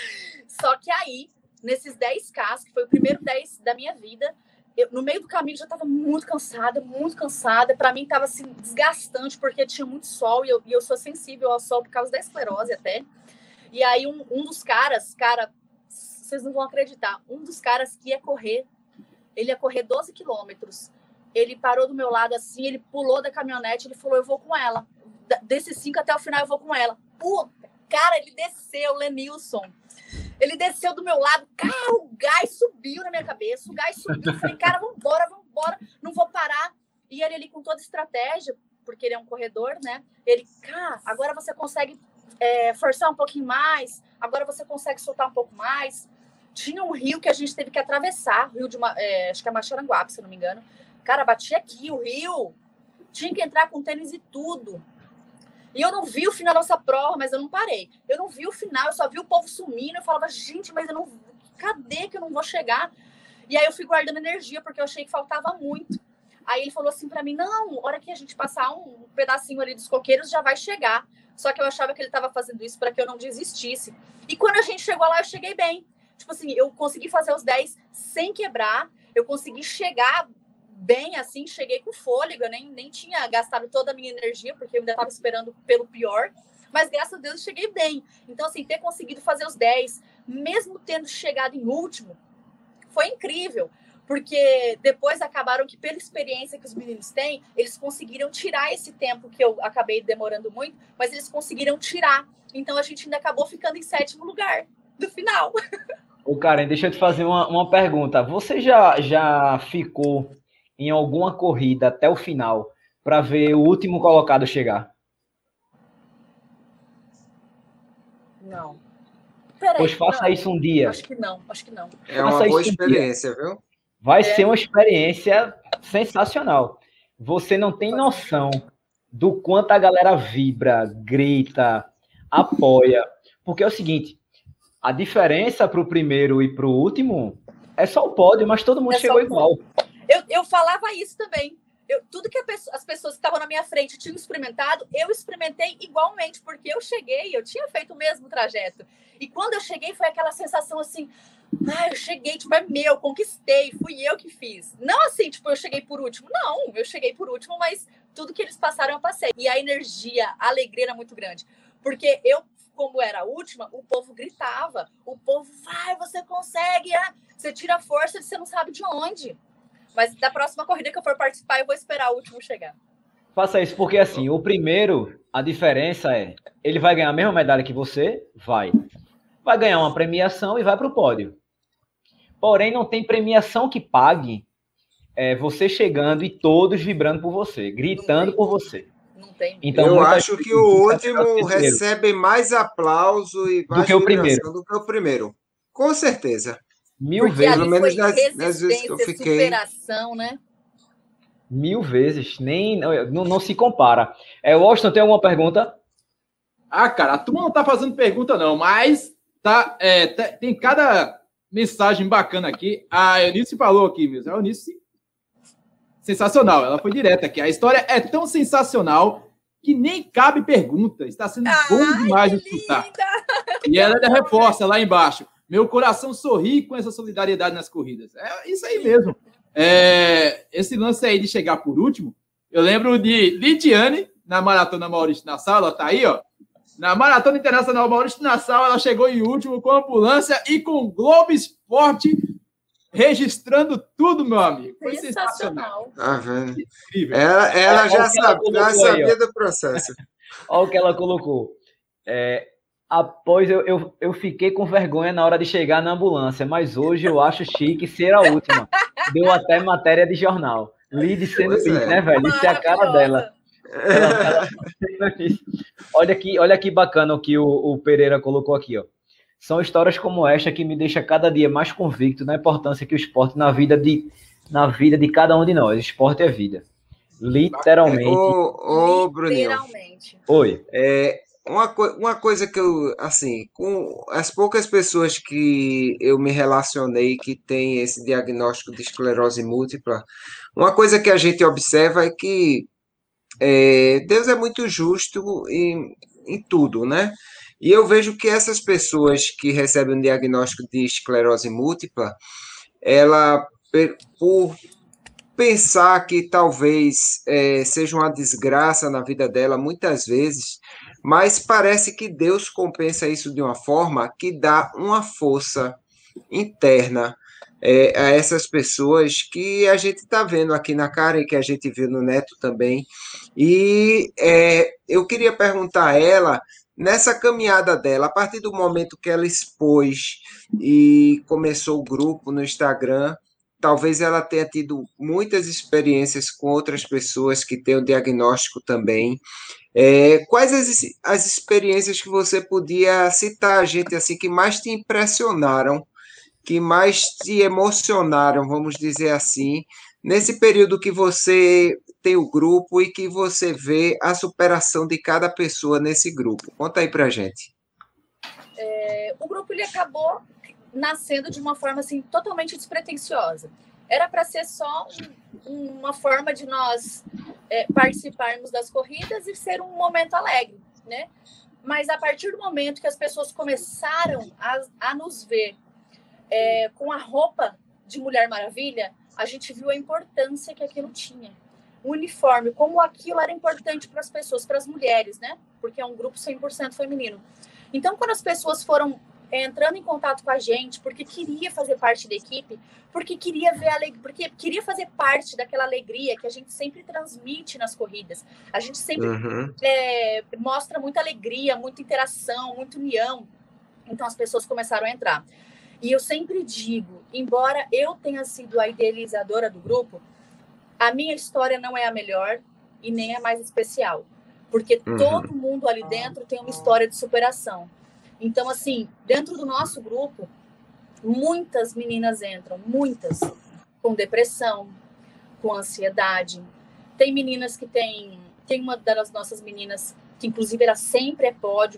Só que aí, nesses dez K, que foi o primeiro dez da minha vida, eu, no meio do caminho, já estava muito cansada, muito cansada. Para mim, estava assim, desgastante, porque tinha muito sol, e eu, e eu sou sensível ao sol por causa da esclerose até. E aí, um, um dos caras, cara, vocês não vão acreditar, um dos caras que ia correr, ele ia correr doze quilômetros. Ele parou do meu lado assim, ele pulou da caminhonete, ele falou, eu vou com ela. Desses cinco até o final, eu vou com ela. Puta, cara, ele desceu, Lenilson. Ele desceu do meu lado, cara, o gás subiu na minha cabeça, o gás subiu. Eu falei, cara, vambora, vambora, não vou parar. E ele ali com toda estratégia, porque ele é um corredor, né? Ele, cara, agora você consegue é, forçar um pouquinho mais, agora você consegue soltar um pouco mais. Tinha um rio que a gente teve que atravessar, rio de, é, acho que é Macharanguape, se eu não me engano. Cara, batia aqui o rio, tinha que entrar com tênis e tudo. E eu não vi o final da nossa prova, mas eu não parei. Eu não vi o final, eu só vi o povo sumindo. Eu falava, gente, mas eu não... cadê que eu não vou chegar? E aí eu fui guardando energia, porque eu achei que faltava muito. Aí ele falou assim pra mim, não, hora que a gente passar um pedacinho ali dos coqueiros, já vai chegar. Só que eu achava que ele estava fazendo isso para que eu não desistisse. E quando a gente chegou lá, eu cheguei bem. Tipo assim, eu consegui fazer os dez sem quebrar. Eu consegui chegar bem, assim, cheguei com fôlego, eu nem, nem tinha gastado toda a minha energia, porque eu ainda estava esperando pelo pior, mas graças a Deus eu cheguei bem. Então, assim, ter conseguido fazer os dez, mesmo tendo chegado em último, foi incrível, porque depois acabaram que, pela experiência que os meninos têm, eles conseguiram tirar esse tempo que eu acabei demorando muito, mas eles conseguiram tirar. Então, a gente ainda acabou ficando em sétimo lugar do final. Ô, Karen, deixa eu te fazer uma, uma pergunta. Você já, já ficou em alguma corrida até o final para ver o último colocado chegar? Não. Peraí, pois faça não. isso um dia. Acho que não, acho que não. É uma faça boa um experiência, dia. Viu? Vai é. ser uma experiência sensacional. Você não tem noção do quanto a galera vibra, grita, apoia. Porque é o seguinte, a diferença para o primeiro e para o último é só o pódio, mas todo mundo é chegou igual. Eu, eu falava isso também. Eu, tudo que pessoa, as pessoas que estavam na minha frente tinham experimentado, eu experimentei igualmente, porque eu cheguei, eu tinha feito o mesmo trajeto. E quando eu cheguei, foi aquela sensação assim, ah, eu cheguei, tipo, é meu, conquistei, fui eu que fiz. Não assim, tipo, eu cheguei por último. Não, eu cheguei por último, mas tudo que eles passaram eu passei. E a energia, a alegria era muito grande. Porque eu, como era a última, o povo gritava. O povo, vai, você consegue, ah. Você tira força e você não sabe de onde. Mas da próxima corrida que eu for participar, eu vou esperar o último chegar. Faça isso, porque assim, o primeiro, a diferença é, ele vai ganhar a mesma medalha que você? Vai. Vai ganhar uma premiação e vai para o pódio. Porém, não tem premiação que pague é, você chegando e todos vibrando por você, gritando por você. Não tem. Então, eu acho que o último recebe mais aplauso e mais do que o primeiro. do que o primeiro. Com certeza. Mil Porque vezes. Pelo menos nas, nas vezes que eu fiquei. Superação, né? Mil vezes. Nem, não, não se compara. É, Washington, tem alguma pergunta? Ah, cara, a turma não tá fazendo pergunta, não, mas tá, é, tá, tem cada mensagem bacana aqui. A Eunice falou aqui, mesmo. A Eunice, sensacional. Ela foi direta aqui. A história é tão sensacional que nem cabe pergunta. Está sendo Ai, bom demais de escutar. E ela ainda reforça lá embaixo. Meu coração sorri com essa solidariedade nas corridas. É isso aí mesmo. É, esse lance aí de chegar por último, eu lembro de Lidiane, na Maratona Maurício Nassau, ela tá aí, ó. Na Maratona Internacional Maurício Nassau, ela chegou em último com ambulância e com Globo Esporte registrando tudo, meu amigo. Foi sensacional. Tá vendo? Ela, ela já, sabe, ela sabia aí, do processo. Olha o que ela colocou. É, após eu, eu, eu fiquei com vergonha na hora de chegar na ambulância, mas hoje eu acho chique ser a última. Deu até matéria de jornal. Lide sendo isso, é. né, velho? Isso é a cara dela. Ela, ela... olha, que, olha que bacana o que o, o Pereira colocou aqui, ó. São histórias como esta que me deixam cada dia mais convicto na importância que o esporte na vida de, na vida de cada um de nós. Esporte é vida. Literalmente. Ô, ô Bruninho. Literalmente. Oi. É, uma, co uma coisa que eu, assim, com as poucas pessoas que eu me relacionei que têm esse diagnóstico de esclerose múltipla, uma coisa que a gente observa é que é, Deus é muito justo em, em tudo, né? E eu vejo que essas pessoas que recebem um diagnóstico de esclerose múltipla, ela, por pensar que talvez é, seja uma desgraça na vida dela, muitas vezes, mas parece que Deus compensa isso de uma forma que dá uma força interna é, a essas pessoas que a gente está vendo aqui na Karen, que a gente viu no Neto também. E é, eu queria perguntar a ela, nessa caminhada dela, a partir do momento que ela expôs e começou o grupo no Instagram, talvez ela tenha tido muitas experiências com outras pessoas que têm o diagnóstico também. É, quais as, as experiências que você podia citar a gente assim que mais te impressionaram, que mais te emocionaram, vamos dizer assim, nesse período que você tem o grupo e que você vê a superação de cada pessoa nesse grupo? Conta aí pra gente. É, o grupo ele acabou nascendo de uma forma assim totalmente despretensiosa. Era para ser só um, uma forma de nós é, participarmos das corridas e ser um momento alegre, né? Mas a partir do momento que as pessoas começaram a, a nos ver é, com a roupa de Mulher Maravilha, a gente viu a importância que aquilo tinha. O uniforme, como aquilo era importante para as pessoas, para as mulheres, né? Porque é um grupo cem por cento feminino. Então, quando as pessoas foram entrando em contato com a gente, porque queria fazer parte da equipe, porque queria ver a aleg... porque queria fazer parte daquela alegria que a gente sempre transmite nas corridas. A gente sempre uhum. é, mostra muita alegria, muita interação, muita união. Então, as pessoas começaram a entrar. E eu sempre digo, embora eu tenha sido a idealizadora do grupo, a minha história não é a melhor e nem a mais especial. Porque uhum. todo mundo ali dentro tem uma história de superação. Então, assim, dentro do nosso grupo, muitas meninas entram, muitas, com depressão, com ansiedade. Tem meninas que têm... Tem uma das nossas meninas, que inclusive ela sempre é pódio,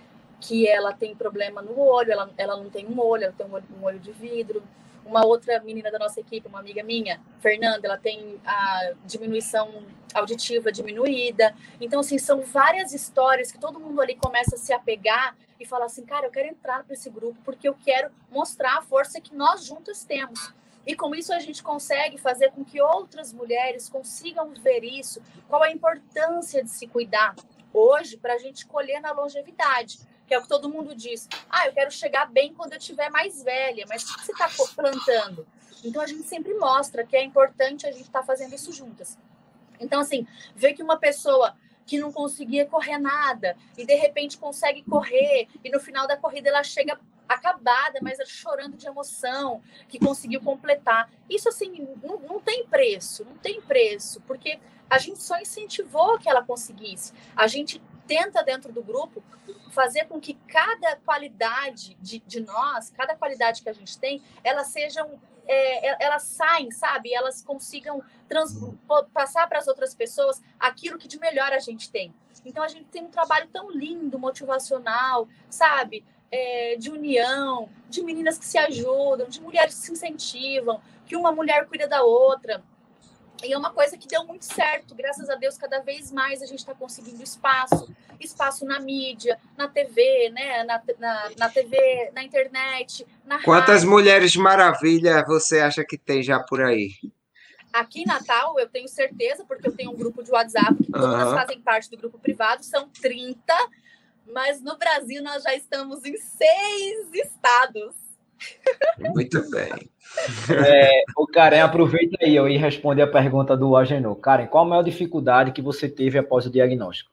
que ela tem problema no olho, ela, ela não tem um olho, ela tem um olho, um olho de vidro. Uma outra menina da nossa equipe, uma amiga minha, Fernanda, ela tem a diminuição auditiva diminuída. Então, assim, são várias histórias que todo mundo ali começa a se apegar e falar assim, cara, eu quero entrar para esse grupo porque eu quero mostrar a força que nós juntas temos. E com isso a gente consegue fazer com que outras mulheres consigam ver isso, qual a importância de se cuidar hoje para a gente colher na longevidade. Que é o que todo mundo diz. Ah, eu quero chegar bem quando eu estiver mais velha. Mas o que você está plantando? Então, a gente sempre mostra que é importante a gente estar tá fazendo isso juntas. Então, assim, ver que uma pessoa que não conseguia correr nada e, de repente, consegue correr e, no final da corrida, ela chega acabada, mas chorando de emoção, que conseguiu completar. Isso, assim, não, não tem preço. Não tem preço. Porque a gente só incentivou que ela conseguisse. A gente tenta, dentro do grupo, fazer com que cada qualidade de, de nós, cada qualidade que a gente tem, elas sejam, é, elas saem, sabe? Elas consigam trans, passar para as outras pessoas aquilo que de melhor a gente tem. Então, a gente tem um trabalho tão lindo, motivacional, sabe? É, de união, de meninas que se ajudam, de mulheres que se incentivam, que uma mulher cuida da outra. E é uma coisa que deu muito certo, graças a Deus, cada vez mais a gente está conseguindo espaço, espaço na mídia, na T V, né? na, na, na T V, na internet, na Quantas rádio. Mulheres Maravilha você acha que tem já por aí? Aqui em Natal, eu tenho certeza, porque eu tenho um grupo de WhatsApp, que todas Aham. fazem parte do grupo privado, são trinta, mas no Brasil nós já estamos em seis estados. Muito bem. É, o Karen, aproveita aí eu e responde a pergunta do Agenor. Karen, qual a maior dificuldade que você teve após o diagnóstico?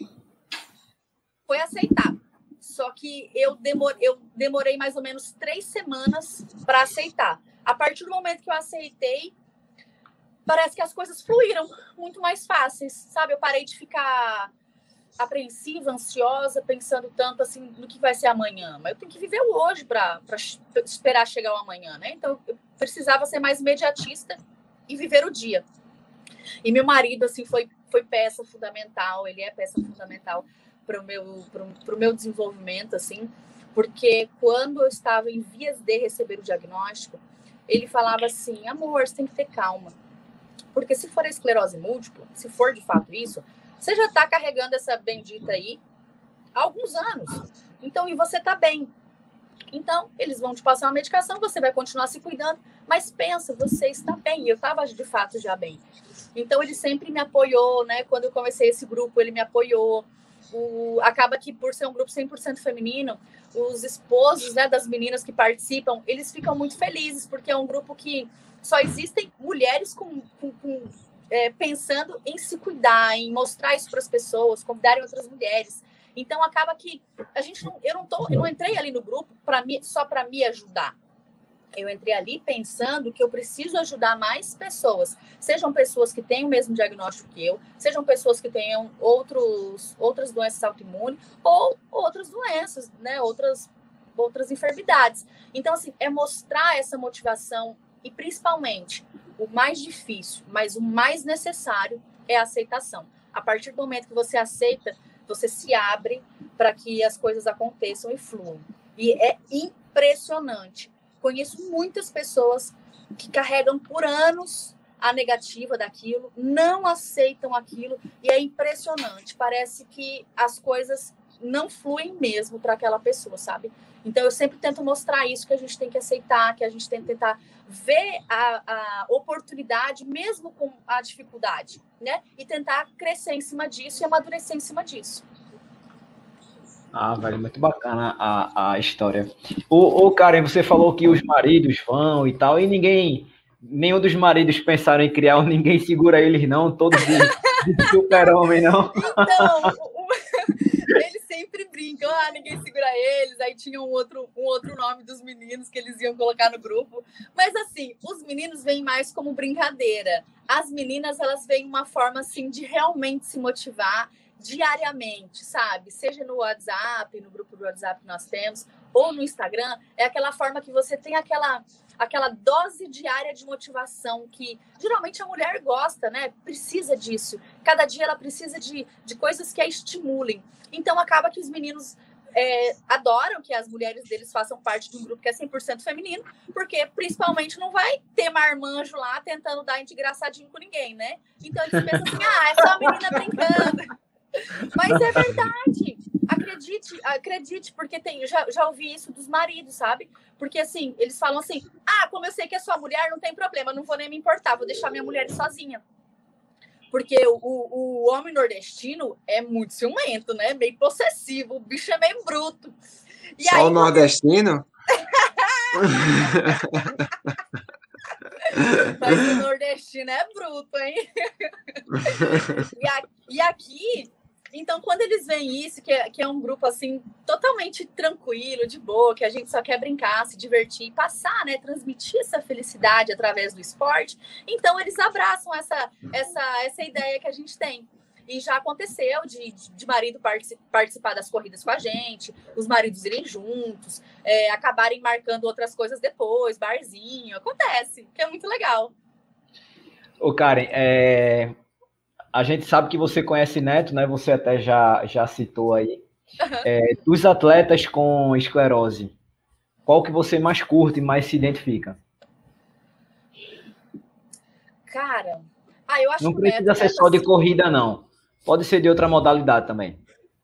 Foi aceitar. Só que eu demorei, eu demorei mais ou menos três semanas para aceitar. A partir do momento que eu aceitei, parece que as coisas fluíram muito mais fáceis, sabe? Eu parei de ficar apreensiva, ansiosa, pensando tanto assim no que vai ser amanhã. Mas eu tenho que viver o hoje para esperar chegar o amanhã, né? Então eu precisava ser mais imediatista e viver o dia. E meu marido assim foi foi peça fundamental, ele é peça fundamental para o meu para o meu desenvolvimento assim, porque quando eu estava em vias de receber o diagnóstico, ele falava assim: amor, você tem que ter calma. Porque se for a esclerose múltipla, se for de fato isso, você já está carregando essa bendita aí há alguns anos. Então, e você está bem. Então, eles vão te passar uma medicação, você vai continuar se cuidando, mas pensa, você está bem. E eu estava, de fato, já bem. Então, ele sempre me apoiou, né? Quando eu comecei esse grupo, ele me apoiou. O... Acaba que, por ser um grupo cem por cento feminino, os esposos, né, das meninas que participam, eles ficam muito felizes, porque é um grupo que só existem mulheres com... com, com É, pensando em se cuidar, em mostrar isso para as pessoas, convidarem outras mulheres. Então acaba que a gente não, eu não tô, eu não entrei ali no grupo para mim só para me ajudar. Eu entrei ali pensando que eu preciso ajudar mais pessoas, sejam pessoas que têm o mesmo diagnóstico que eu, sejam pessoas que tenham outros, outras doenças autoimunes ou outras doenças, né, outras outras enfermidades. Então assim, é mostrar essa motivação e principalmente o mais difícil, mas o mais necessário é a aceitação. A partir do momento que você aceita, você se abre para que as coisas aconteçam e fluam. E é impressionante. Conheço muitas pessoas que carregam por anos a negativa daquilo, não aceitam aquilo, e é impressionante. Parece que as coisas não fluem mesmo para aquela pessoa, sabe? Então, eu sempre tento mostrar isso, que a gente tem que aceitar, que a gente tem que tentar ver a, a oportunidade, mesmo com a dificuldade, né? E tentar crescer em cima disso e amadurecer em cima disso. Ah, velho, muito bacana a, a história. Ô, ô, Karen, você falou que os maridos vão e tal, e ninguém, nenhum dos maridos pensaram em criar, ninguém segura eles não, todos de, de super-homem, não? Então, o, o, eles sempre brincam, ah, ninguém segura eles, aí tinha um outro, um outro nome dos meninos que eles iam colocar no grupo, mas assim, os meninos veem mais como brincadeira, as meninas, elas veem uma forma assim de realmente se motivar diariamente, sabe? Seja no WhatsApp, no grupo do WhatsApp que nós temos, ou no Instagram, é aquela forma que você tem aquela, aquela dose diária de motivação que geralmente a mulher gosta, né? Precisa disso. Cada dia ela precisa de, de coisas que a estimulem. Então acaba que os meninos é, adoram que as mulheres deles façam parte de um grupo que é cem por cento feminino, porque principalmente não vai ter marmanjo lá tentando dar de engraçadinho com ninguém, né? Então eles pensam assim, ah, é só a menina brincando. Mas é verdade, acredite, acredite, porque tem, eu já, já ouvi isso dos maridos, sabe? Porque assim, eles falam assim, ah, como eu sei que é sua mulher, não tem problema, não vou nem me importar, vou deixar minha mulher sozinha. Porque o, o, o homem nordestino é muito ciumento, né? Meio possessivo, o bicho é meio bruto. E Só aí, o nordestino? Mas o nordestino é bruto, hein? e, a, e aqui, então, quando eles veem isso, que é, que é um grupo, assim, totalmente tranquilo, de boa, que a gente só quer brincar, se divertir, passar, né? Transmitir essa felicidade através do esporte, então eles abraçam essa, essa, essa ideia que a gente tem. E já aconteceu de, de marido participar das corridas com a gente, os maridos irem juntos, é, acabarem marcando outras coisas depois, barzinho, acontece, que é muito legal. Ô, Karen, é... a gente sabe que você conhece Neto, né? Você até já, já citou aí. Uhum. É, dos atletas com esclerose, qual que você mais curte e mais se identifica? Cara, Ah, eu acho Não que o precisa neto, ser neto, só de assim, corrida, não. Pode ser de outra modalidade também.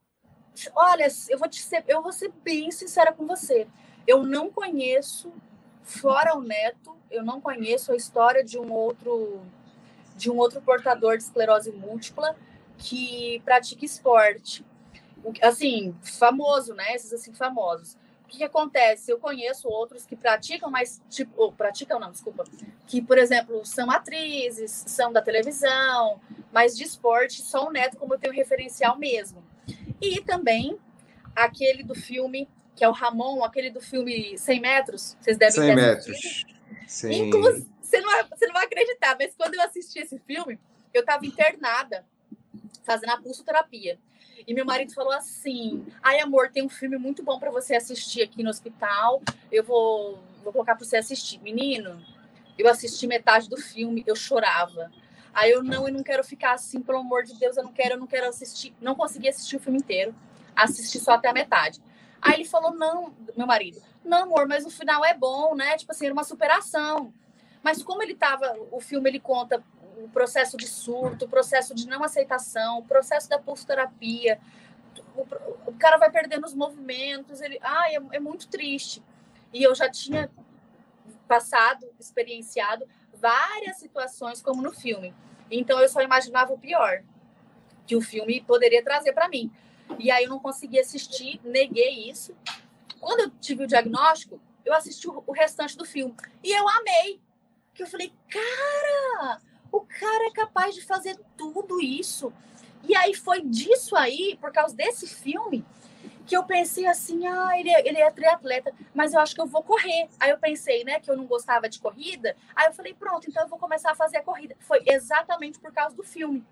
olha, eu vou, te ser, eu vou ser bem sincera com você. Eu não conheço, fora o neto, eu não conheço a história de um outro, de um outro portador de esclerose múltipla que pratica esporte. Assim, famoso, né? Esses assim, famosos. O que, que acontece? Eu conheço outros que praticam, mas, tipo, ou praticam não, desculpa, que, por exemplo, são atrizes, são da televisão, mas de esporte, só o neto como eu tenho referencial mesmo. E também aquele do filme, que é o Ramon, aquele do filme cem metros, vocês devem cem ter metros. assistido. Sim. Inclusive, você não, vai, você não vai acreditar, mas quando eu assisti esse filme, eu estava internada, fazendo a pulsoterapia. E meu marido falou assim, ai amor, tem um filme muito bom para você assistir aqui no hospital, eu vou, vou colocar para você assistir. Menino, eu assisti metade do filme, eu chorava. Aí eu não, eu não quero ficar assim, pelo amor de Deus, eu não quero, eu não quero assistir. Não consegui assistir o filme inteiro, assisti só até a metade. Aí ele falou, não, meu marido, não amor, mas o final é bom, né? Tipo assim, era uma superação. Mas como ele tava, o filme ele conta o processo de surto, o processo de não aceitação, o processo da pulsoterapia, o, o cara vai perdendo os movimentos, ele, ai, é, é muito triste. E eu já tinha passado, experienciado várias situações como no filme. Então eu só imaginava o pior que o filme poderia trazer para mim. E aí eu não consegui assistir, neguei isso. Quando eu tive o diagnóstico, eu assisti o restante do filme e eu amei. Que eu falei, cara, o cara é capaz de fazer tudo isso. E aí foi disso aí, por causa desse filme, que eu pensei assim, ah, ele é, ele é triatleta, mas eu acho que eu vou correr. Aí eu pensei, né, que eu não gostava de corrida. Aí eu falei, pronto, então eu vou começar a fazer a corrida. Foi exatamente por causa do filme.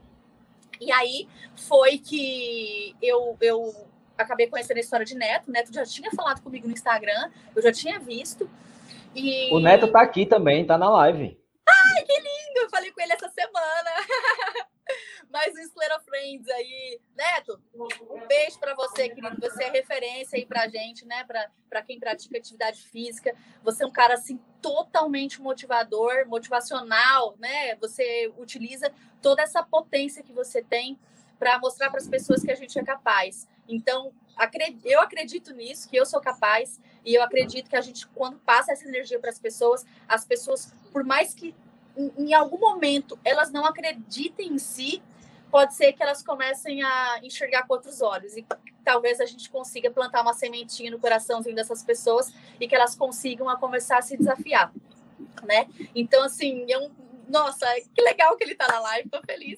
E aí foi que eu, eu acabei conhecendo a história de Neto. O Neto já tinha falado comigo no Instagram, eu já tinha visto. E... O Neto tá aqui também, tá na live. Ai, que lindo! Eu falei com ele essa semana. Mais um Esclerofriends aí. Neto, um beijo para você, querido. Você é referência aí pra gente, né? Pra, pra quem pratica atividade física. Você é um cara, assim, totalmente motivador, motivacional, né? Você utiliza toda essa potência que você tem para mostrar para as pessoas que a gente é capaz. Então, eu acredito nisso, que eu sou capaz, e eu acredito que a gente, quando passa essa energia para as pessoas, as pessoas, por mais que em, em algum momento elas não acreditem em si, pode ser que elas comecem a enxergar com outros olhos, e talvez a gente consiga plantar uma sementinha no coraçãozinho dessas pessoas e que elas consigam a começar a se desafiar, né? Então, assim, eu, nossa, que legal que ele tá na live, tô feliz.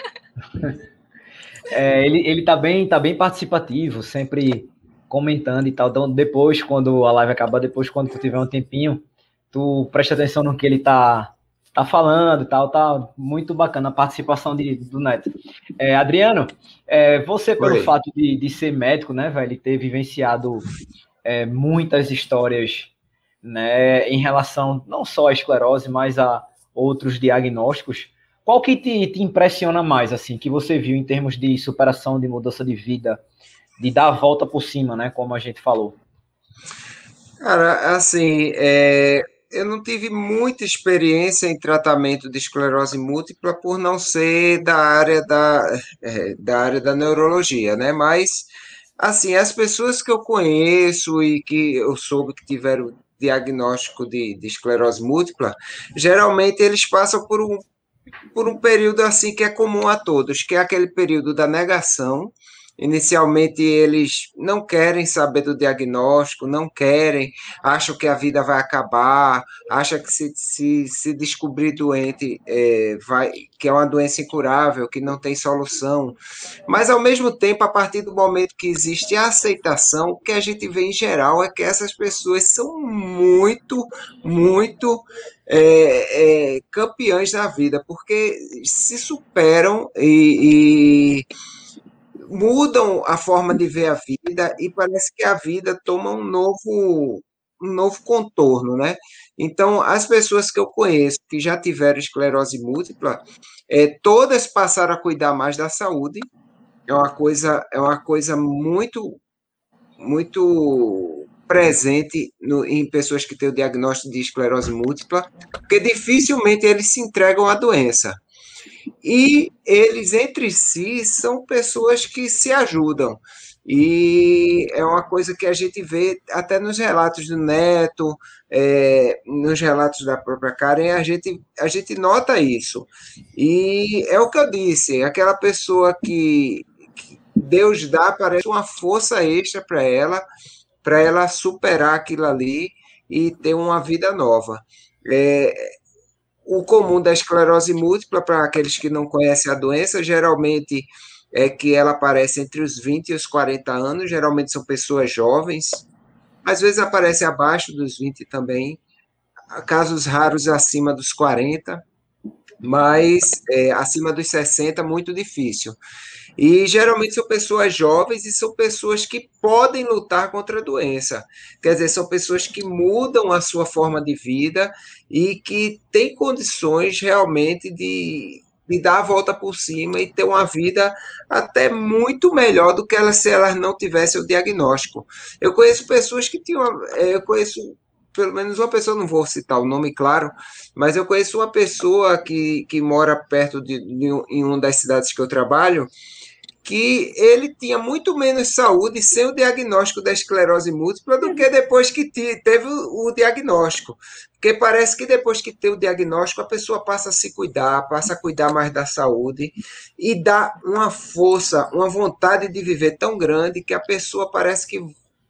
É, ele, ele tá bem, tá bem participativo, sempre comentando e tal. Então, depois, quando a live acabar, depois, quando tu tiver um tempinho, tu presta atenção no que ele tá, tá falando e tal. Tá muito bacana a participação de, do Neto. É, Adriano, é, você, pelo Oi. fato de, de ser médico, né, velho, e ter vivenciado é, muitas histórias, né, em relação não só à esclerose, mas a outros diagnósticos. Qual que te, te impressiona mais, assim, que você viu em termos de superação, de mudança de vida, de dar a volta por cima, né, como a gente falou? Cara, assim, é, eu não tive muita experiência em tratamento de esclerose múltipla por não ser da área da, é, da área da neurologia, né? Mas, assim, as pessoas que eu conheço e que eu soube que tiveram diagnóstico de, de esclerose múltipla, geralmente eles passam por um por um período assim que é comum a todos, que é aquele período da negação. Inicialmente eles não querem saber do diagnóstico, não querem, acham que a vida vai acabar, acham que se, se, se descobrir doente, é, vai, que é uma doença incurável, que não tem solução. Mas, ao mesmo tempo, a partir do momento que existe a aceitação, o que a gente vê em geral é que essas pessoas são muito, muito é, é, campeãs da vida, porque se superam e, e mudam a forma de ver a vida e parece que a vida toma um novo, um novo contorno, né? Então, as pessoas que eu conheço que já tiveram esclerose múltipla, é, todas passaram a cuidar mais da saúde. É uma coisa, é uma coisa muito, muito presente no, em pessoas que têm o diagnóstico de esclerose múltipla, porque dificilmente eles se entregam à doença. e eles entre si são pessoas que se ajudam. E é uma coisa que a gente vê até nos relatos do Neto, é, nos relatos da própria Karen, a gente, a gente nota isso. E é o que eu disse, aquela pessoa que, que Deus dá parece uma força extra para ela, para ela superar aquilo ali e ter uma vida nova. É, o comum da esclerose múltipla, para aqueles que não conhecem a doença, geralmente é que ela aparece entre os vinte e os quarenta anos, geralmente são pessoas jovens, às vezes aparece abaixo dos vinte também, casos raros acima dos quarenta, mas é, acima dos sessenta, muito difícil. E geralmente são pessoas jovens e são pessoas que podem lutar contra a doença. Quer dizer, são pessoas que mudam a sua forma de vida e que têm condições realmente de, de dar a volta por cima e ter uma vida até muito melhor do que elas se elas não tivessem o diagnóstico. Eu conheço pessoas que tinham. Eu conheço pelo menos uma pessoa, não vou citar o nome, claro, mas eu conheço uma pessoa que, que mora perto de, de em uma das cidades que eu trabalho, que ele tinha muito menos saúde sem o diagnóstico da esclerose múltipla do que depois que teve o diagnóstico. Porque parece que depois que tem o diagnóstico, a pessoa passa a se cuidar, passa a cuidar mais da saúde e dá uma força, uma vontade de viver tão grande que a pessoa parece que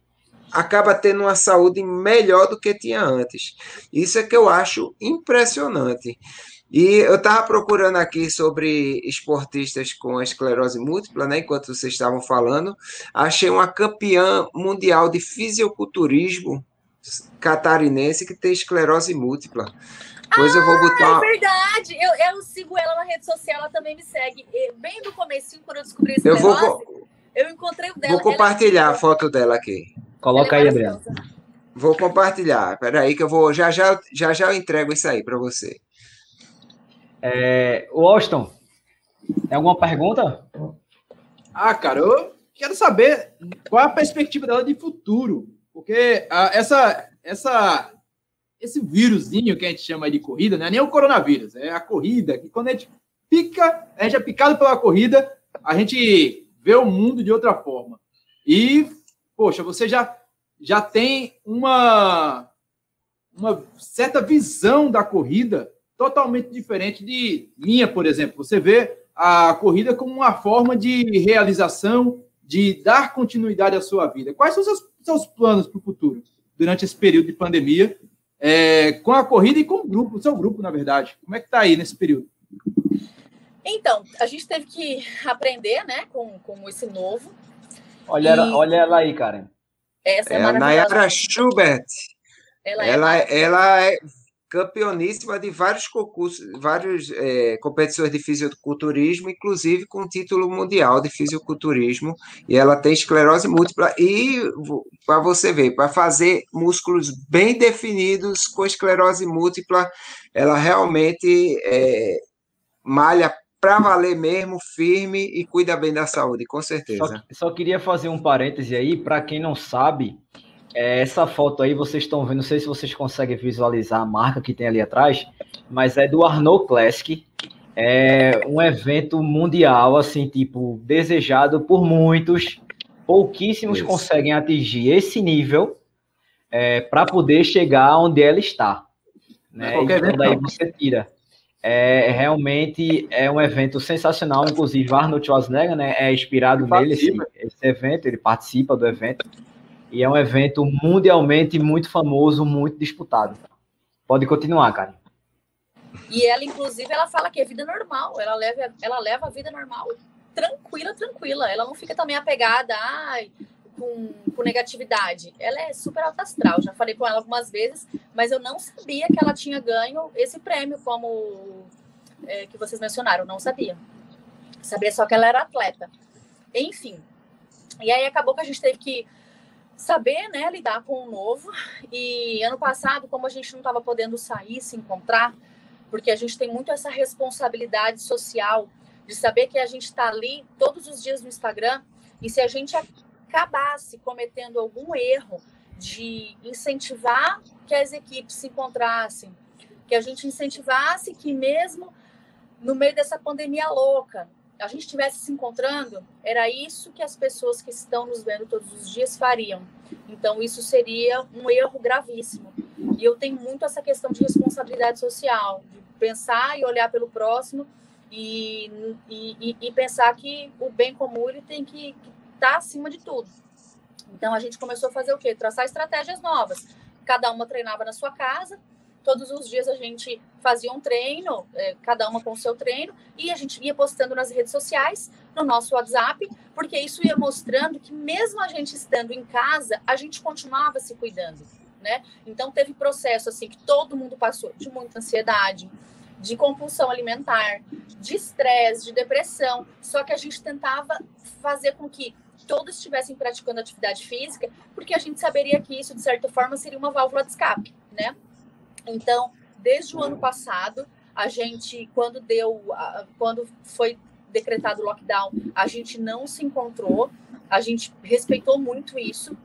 acaba tendo uma saúde melhor do que tinha antes. Isso é que eu acho impressionante. E eu estava procurando aqui sobre esportistas com esclerose múltipla, né, enquanto vocês estavam falando, achei uma campeã mundial de fisiculturismo catarinense que tem esclerose múltipla. Pois ah, eu vou botar... é verdade! Eu, eu sigo ela na rede social, ela também me segue. Bem no comecinho, quando eu descobri a esclerose, eu, vou... eu encontrei o dela. Vou compartilhar a foto dela aqui. Coloca aí, Adriano. Vou compartilhar. Espera aí que eu vou... Já já, já, já eu entrego isso aí para você. É, Washington, tem alguma pergunta? Ah, cara, eu quero saber qual é a perspectiva dela de futuro. Porque ah, essa, essa, esse vírusinho que a gente chama de corrida, não é nem o coronavírus, é a corrida, que quando a gente pica, a gente é picado pela corrida, a gente vê o mundo de outra forma. E, poxa, você já, já tem uma, uma certa visão da corrida totalmente diferente de minha, por exemplo. Você vê a corrida como uma forma de realização, de dar continuidade à sua vida. Quais são os seus, seus planos para o futuro, durante esse período de pandemia, é, com a corrida e com o grupo, o seu grupo, na verdade? Como é que está aí nesse período? Então, a gente teve que aprender, né, com, com esse novo. Olha, e... ela, olha ela aí, Karen. Essa é, é a Nayara Schubert. Ela, ela, é, ela é campeoníssima de vários concursos, várias é, competições de fisiculturismo, inclusive com título mundial de fisiculturismo, e ela tem esclerose múltipla, e para você ver, para fazer músculos bem definidos com esclerose múltipla, ela realmente é, malha para valer mesmo, firme, e cuida bem da saúde, com certeza. Só, só queria fazer um parêntese aí, para quem não sabe, É, essa foto aí vocês estão vendo, não sei se vocês conseguem visualizar a marca que tem ali atrás, mas é do Arnold Classic, é um evento mundial, assim, tipo, desejado por muitos, pouquíssimos Isso. conseguem atingir esse nível é, para poder chegar onde ela está, né? Então evento, daí você tira. É, realmente é um evento sensacional, inclusive Arnold Schwarzenegger, né, é inspirado nele, esse, esse evento, ele participa do evento. E é um evento mundialmente muito famoso, muito disputado. Pode continuar, cara. E ela, inclusive, ela fala que é vida normal. Ela leva, ela leva a vida normal tranquila, tranquila. Ela não fica também apegada ai, com, com negatividade. Ela é super alta astral. Já falei com ela algumas vezes, mas eu não sabia que ela tinha ganho esse prêmio, como é, que vocês mencionaram. Não sabia. Sabia só que ela era atleta. Enfim. E aí acabou que a gente teve que saber, né, lidar com o novo. E ano passado, como a gente não estava podendo sair, se encontrar, porque a gente tem muito essa responsabilidade social de saber que a gente está ali todos os dias no Instagram, e se a gente acabasse cometendo algum erro de incentivar que as equipes se encontrassem, que a gente incentivasse que mesmo no meio dessa pandemia louca, a gente estivesse se encontrando, era isso que as pessoas que estão nos vendo todos os dias fariam. Então, isso seria um erro gravíssimo. E eu tenho muito essa questão de responsabilidade social, de pensar e olhar pelo próximo e, e, e pensar que o bem comum ele tem que estar acima de tudo. Então, a gente começou a fazer o quê? Traçar estratégias novas. Cada uma treinava na sua casa, todos os dias a gente fazia um treino, é, cada uma com o seu treino, e a gente ia postando nas redes sociais, no nosso WhatsApp, porque isso ia mostrando que mesmo a gente estando em casa, a gente continuava se cuidando, né? Então, teve processo assim que todo mundo passou de muita ansiedade, de compulsão alimentar, de estresse, de depressão, só que a gente tentava fazer com que todos estivessem praticando atividade física, porque a gente saberia que isso, de certa forma, seria uma válvula de escape, né? Então, desde o ano passado, a gente, quando deu, quando foi decretado o lockdown, a gente não se encontrou, a gente respeitou muito isso,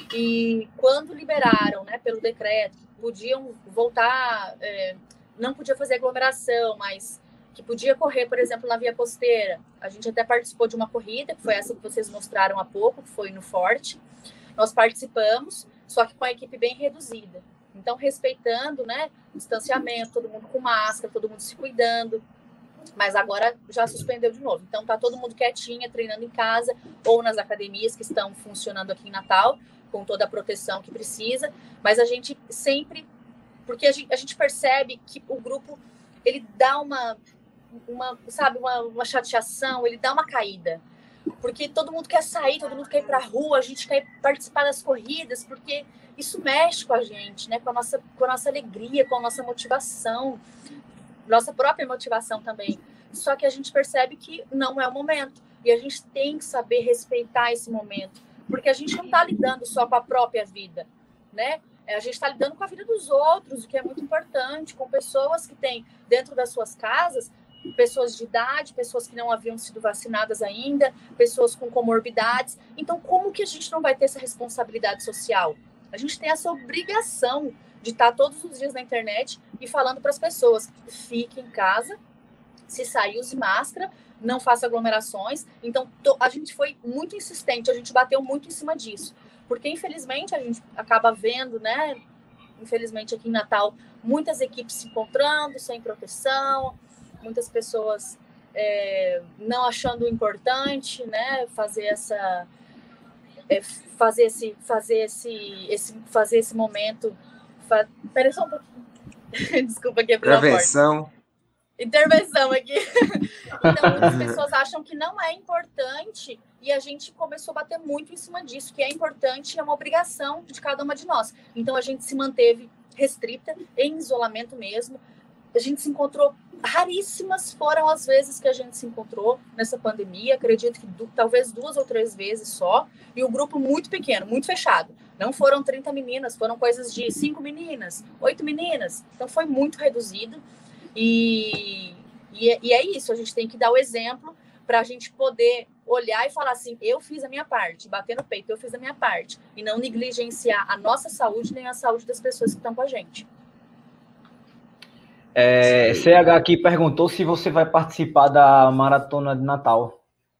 e quando liberaram, né, pelo decreto, podiam voltar, é, não podia fazer aglomeração, mas que podia correr, por exemplo, na via costeira. A gente até participou de uma corrida, que foi essa que vocês mostraram há pouco, que foi no Forte. Nós participamos, só que com a equipe bem reduzida. Então, respeitando, né, o distanciamento, todo mundo com máscara, todo mundo se cuidando. Mas agora já suspendeu de novo. Então, tá todo mundo quietinha, treinando em casa ou nas academias que estão funcionando aqui em Natal, com toda a proteção que precisa. Mas a gente sempre... Porque a gente, a gente percebe que o grupo, ele dá uma, uma sabe, uma, uma chateação, ele dá uma caída. Porque todo mundo quer sair, todo mundo quer ir para a rua, a gente quer participar das corridas, porque isso mexe com a gente, né? Com a nossa, com a nossa alegria, com a nossa motivação, nossa própria motivação também. Só que a gente percebe que não é o momento. E a gente tem que saber respeitar esse momento, porque a gente não está lidando só com a própria vida, né? A gente está lidando com a vida dos outros, o que é muito importante, com pessoas que têm dentro das suas casas, pessoas de idade, pessoas que não haviam sido vacinadas ainda, pessoas com comorbidades. Então, como que a gente não vai ter essa responsabilidade social? A gente tem essa obrigação de estar todos os dias na internet e falando para as pessoas, fique em casa, se sair, use máscara, não faça aglomerações. Então, a gente foi muito insistente, a gente bateu muito em cima disso. Porque, infelizmente, a gente acaba vendo, né? Infelizmente, aqui em Natal, muitas equipes se encontrando, sem proteção, muitas pessoas é, não achando importante, né? Fazer essa... É, fazer esse... Fazer esse, esse, fazer esse momento... Fa... Peraí só um pouquinho. Desculpa, quebrou a porta. Prevenção. Intervenção aqui. Então, muitas pessoas acham que não é importante e a gente começou a bater muito em cima disso, que é importante e é uma obrigação de cada uma de nós. Então, a gente se manteve restrita, em isolamento mesmo. A gente se encontrou, raríssimas foram as vezes que a gente se encontrou nessa pandemia, acredito que du- talvez duas ou três vezes só, e um grupo muito pequeno, muito fechado. Não foram trinta meninas, foram coisas de cinco meninas, oito meninas. Então, foi muito reduzido. E, e, é, e é isso, a gente tem que dar o exemplo para a gente poder olhar e falar assim, eu fiz a minha parte, bater no peito, eu fiz a minha parte, e não negligenciar a nossa saúde nem a saúde das pessoas que estão com a gente. É, C H aqui perguntou se você vai participar da Maratona de Natal.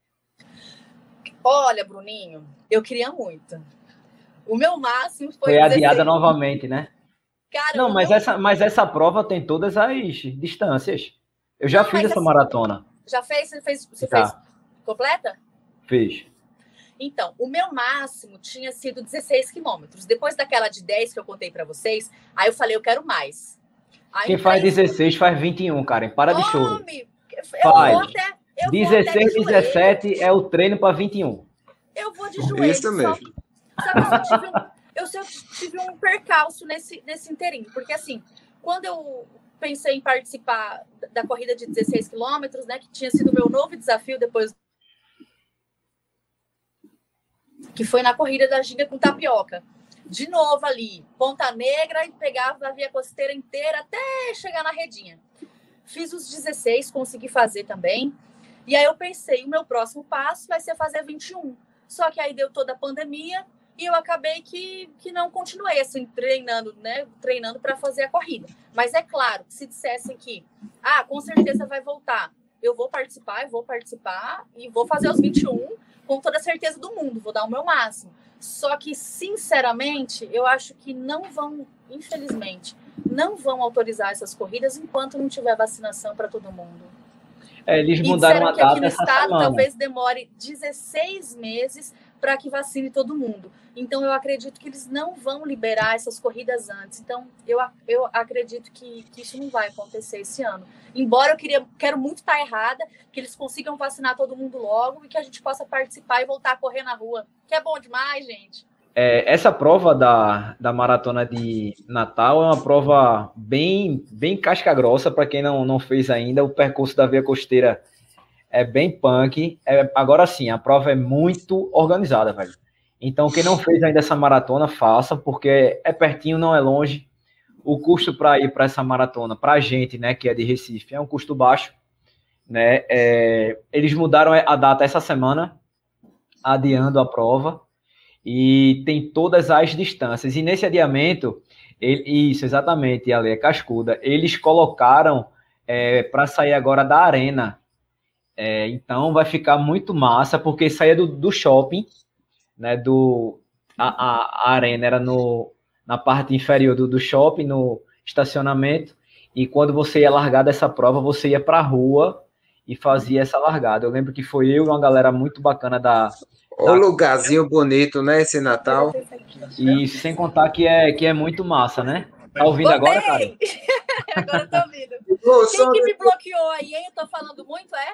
Olha, Bruninho, eu queria muito. O meu máximo foi... Foi adiada dezesseis. novamente, né? Cara, Não, mas meu... essa, mas essa prova tem todas as distâncias. Eu já Não, fiz essa assim, maratona. Já fez? Você fez, você Já. fez completa? Fiz. Então, o meu máximo tinha sido dezesseis quilômetros. Depois daquela de dez que eu contei para vocês, aí eu falei, eu quero mais. Aí, Quem faz aí, dezesseis faz vinte e um, Karen. Para de choro. Homem, eu Faz. vou até, eu dezesseis, vou até de joelho. dezessete é o treino para vinte e um. Eu vou de joelho. Isso mesmo. Só, sabe, eu só tive um, eu só tive um percalço nesse, nesse inteirinho. Porque, assim, quando eu pensei em participar da corrida de dezesseis quilômetros, né, que tinha sido o meu novo desafio depois, que foi na corrida da ginga com tapioca. De novo ali, Ponta Negra, e pegava a via costeira inteira até chegar na redinha. Fiz os dezesseis, consegui fazer também. E aí eu pensei, o meu próximo passo vai ser fazer vinte e um. Só que aí deu toda a pandemia, e eu acabei que, que não continuei assim, treinando, né? Treinando para fazer a corrida. Mas é claro, se dissessem que, ah, com certeza vai voltar, eu vou participar, eu vou participar e vou fazer os vinte e um com toda a certeza do mundo, vou dar o meu máximo. Só que, sinceramente, eu acho que não vão, infelizmente, não vão autorizar essas corridas enquanto não tiver vacinação para todo mundo. É, eles E mudaram disseram a que aqui data no essa estado semana. talvez demore dezesseis meses para que vacine todo mundo. Então, eu acredito que eles não vão liberar essas corridas antes. Então, eu, eu acredito que, que isso não vai acontecer esse ano. Embora eu queria, quero muito estar errada, que eles consigam vacinar todo mundo logo e que a gente possa participar e voltar a correr na rua. Que é bom demais, gente. É, essa prova da, da Maratona de Natal é uma prova bem, bem casca-grossa, para quem não, não fez ainda. O percurso da Via Costeira é bem punk. É, agora sim, a prova é muito organizada, velho. Então, quem não fez ainda essa maratona, faça, porque é pertinho, não é longe. O custo para ir para essa maratona, para a gente, né, que é de Recife, é um custo baixo, né? É, eles mudaram a data essa semana, adiando a prova, e tem todas as distâncias. E nesse adiamento, ele, isso, exatamente, Ale, é cascuda, eles colocaram é, para sair agora da arena. É, então, vai ficar muito massa, porque saía do, do shopping, né, do, a, a, a arena era no, na parte inferior do, do shopping, no estacionamento, e quando você ia largar dessa prova, você ia para a rua e fazia essa largada. Eu lembro que foi eu e uma galera muito bacana da... Ô, lugarzinho bonito, né, esse Natal? E sem contar que é, que é muito massa, né? Tá ouvindo agora, cara? Agora eu tô ouvindo. Ô, Quem só que de- me bloqueou aí, hein? Eu tô falando muito, é?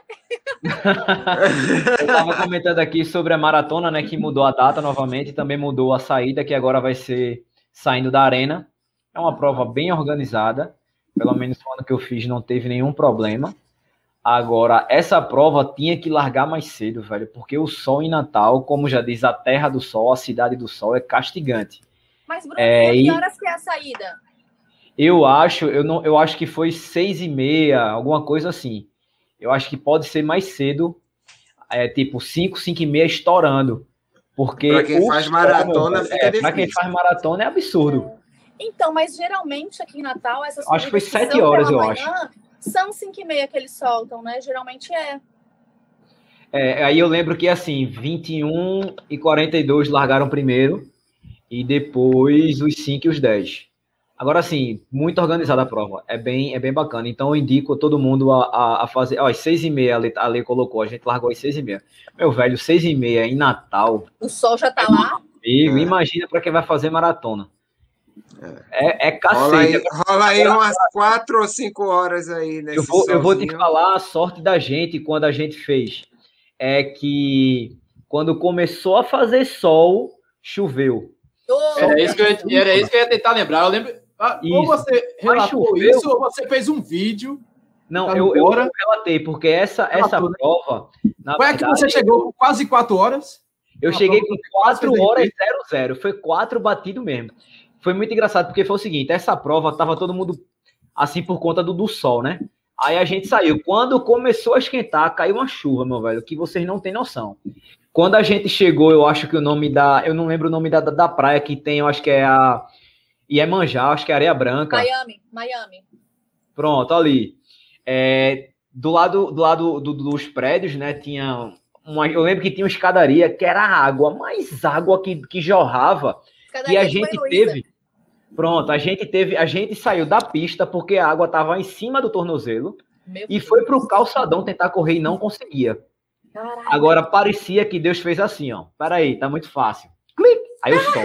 Eu tava comentando aqui sobre a maratona, né, que mudou a data novamente, e também mudou a saída, que agora vai ser saindo da arena. É uma prova bem organizada, pelo menos no ano que eu fiz não teve nenhum problema. Agora, essa prova tinha que largar mais cedo, velho, porque o sol em Natal, como já diz, a terra do sol, a cidade do sol, é castigante. Mas, Bruno, É, e e- que horas que é a saída? Eu acho, eu não, eu acho que foi seis e meia, alguma coisa assim. Eu acho que pode ser mais cedo, é tipo cinco, cinco e meia estourando, porque Pra quem o faz sol, maratona, meu velho, fica é, pra quem difícil. faz maratona é absurdo. Então, mas geralmente aqui em Natal, essas Acho que foi corridas sete são horas, pela eu manhã, são cinco e meia que eles soltam, né? Geralmente é. É, aí eu lembro que assim, vinte e um e quarenta e dois largaram primeiro e depois os cinco e os dez. Agora assim, muito organizada a prova, é bem, é bem bacana. Então eu indico todo mundo a, a, a fazer. Ó, às seis e meia a Lê, a Lê colocou, a gente largou às seis e meia. Meu velho, seis e meia em Natal, O sol já tá lá. amigo, É. imagina para quem vai fazer maratona. É, é Rola aí, cacete. rola aí umas quatro ou cinco horas aí Eu nesse vou, eu vou te solzinho. falar a sorte da gente quando a gente fez. É que quando começou a fazer sol, choveu. Ô, Era isso que eu ia, era isso que eu ia tentar lembrar. Eu lembro. ah, Ou Isso. você Mas relatou choveu. isso, ou você fez um vídeo. Não, Tá eu, eu, embora. eu relatei, porque essa, essa Relatou, né? prova, na Foi a que verdade, você chegou com quase quatro horas. eu uma cheguei prova com que quase quatro fez horas aí. zero zero. Foi quatro batido mesmo. Foi muito engraçado, porque foi o seguinte, essa prova tava todo mundo assim por conta do, do sol, né? Aí a gente saiu. Quando começou a esquentar, caiu uma chuva, meu velho, que vocês não têm noção. Quando a gente chegou, eu acho que o nome da... Eu não lembro o nome da, da praia que tem, eu acho que é a... Iemanjá, acho que é Areia Branca. Miami, Miami. Pronto, ali. É, do lado, do lado do- dos prédios, né, tinha... Uma, eu lembro que tinha uma escadaria que era água, mais água que, que jorrava. E a Escadaria de gente Heloísa. teve... Pronto, a gente teve... A gente saiu da pista porque a água estava em cima do tornozelo Meu e Deus. foi pro calçadão tentar correr e não conseguia. Caralho. Agora parecia que Deus fez assim, ó. Peraí, tá muito fácil. Clique. Aí o sol.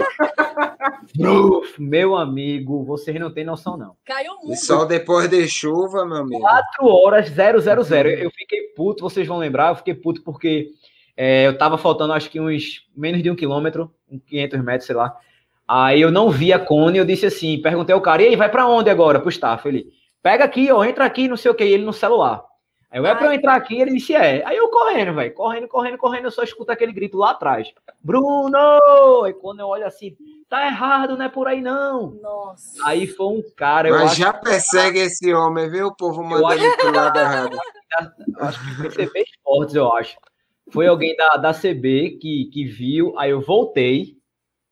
Bruf, meu amigo, vocês não têm noção, não. Caiu o mundo. E só depois de chuva, meu amigo. quatro horas zero zero zero. Eu fiquei puto, vocês vão lembrar, eu fiquei puto porque é, eu tava faltando acho que uns menos de um quilômetro, uns quinhentos metros, sei lá. Aí eu não vi a cone, eu disse assim, perguntei ao cara, e aí, vai pra onde agora? Pro staff, ele, pega aqui, ó, entra aqui, não sei o que, e ele no celular. Aí eu, é pra eu entrar aqui, ele disse, é. Aí eu correndo, velho, correndo, correndo, correndo, eu só escuto aquele grito lá atrás. Bruno! Aí quando eu olho assim, tá errado, não é por aí não. Nossa. Aí foi um cara, eu Mas acho, já persegue esse homem, viu? O povo mandando acho- ele pro lado errado. acho que foi C B Esportes, eu acho. Foi alguém da, da C B que, que viu, aí eu voltei,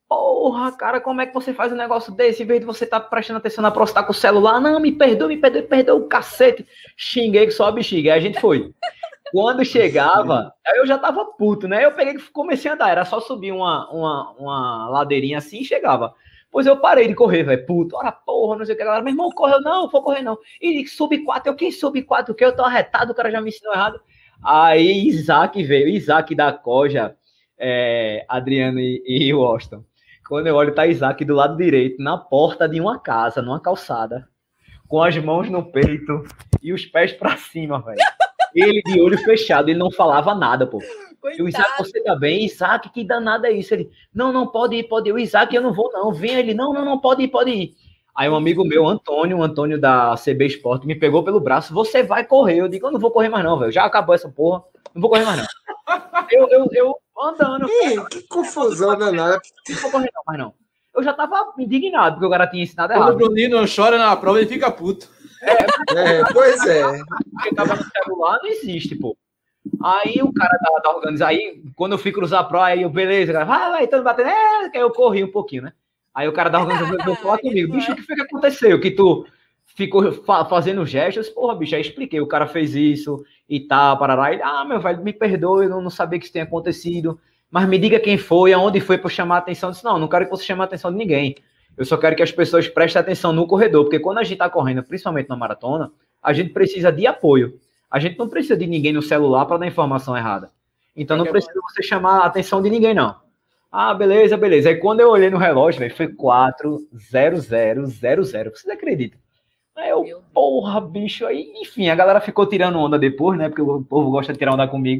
porra, cara, como é que você faz um negócio desse? Em vez de você estar tá prestando atenção na prova, você tá com o celular, não, me perdoa, me perdoa, me perdoa, o cacete. Xinguei que só bexiga. Aí a gente foi. Quando chegava, aí eu já tava puto, né? Eu peguei e comecei a andar, era só subir uma, uma, uma ladeirinha assim e chegava. Pois eu parei de correr, velho, puto, ora porra, não sei o que, galera, meu irmão, correu, não, vou correr não. E sub quatro, eu, quem sub quatro, o que? Eu tô arretado, o cara já me ensinou errado. Aí Isaac veio, Isaac da Coja, é, Adriano e, e Washington. Quando eu olho, tá Isaac do lado direito, na porta de uma casa, numa calçada, com as mãos no peito e os pés pra cima, velho. Ele de olho fechado, ele não falava nada, pô. E o Isaac, você tá bem? Isaac, que danado é isso? Ele, não, não, pode ir, pode ir. O Isaac, eu não vou, não. Vem ele, não, não, não, pode ir, pode ir. Aí um amigo meu, Antônio, Antônio da C B Sport, me pegou pelo braço, você vai correr. Eu digo, eu não vou correr mais não, velho. Já acabou essa porra, não vou correr mais não. Eu, eu, eu andando. Ih, que confusão danada. Não vou correr não, mais não. Eu já tava indignado, porque o cara tinha ensinado errado. Quando o Bruninho não chora na prova, ele fica puto. É, é, pois é. Porque tava no celular, não existe, pô. Aí o cara da, da organização, aí quando eu fui cruzar a prova, aí eu, beleza, cara, vai, vai, todo batendo, é, que aí eu corri um pouquinho, né? Aí o cara da organização veio falar comigo, bicho, o que foi que aconteceu? Que tu ficou fa fazendo gestos? Porra, bicho, aí expliquei, o cara fez isso e tal, parará. Ele, ah, meu velho, me perdoe, eu não, não sabia que isso tinha acontecido, mas me diga quem foi, aonde foi pra eu chamar a atenção. Eu disse, não, não quero que você chame a atenção de ninguém. Eu só quero que as pessoas prestem atenção no corredor, porque quando a gente tá correndo, principalmente na maratona, a gente precisa de apoio. A gente não precisa de ninguém no celular para dar informação errada. Então não precisa você chamar a atenção de ninguém, não. Ah, beleza, beleza. Aí quando eu olhei no relógio, véio, foi quatro zero zero zero zero. Vocês acreditam? Aí eu, porra, bicho. Aí, enfim, a galera ficou tirando onda depois, né? Porque o povo gosta de tirar onda comigo.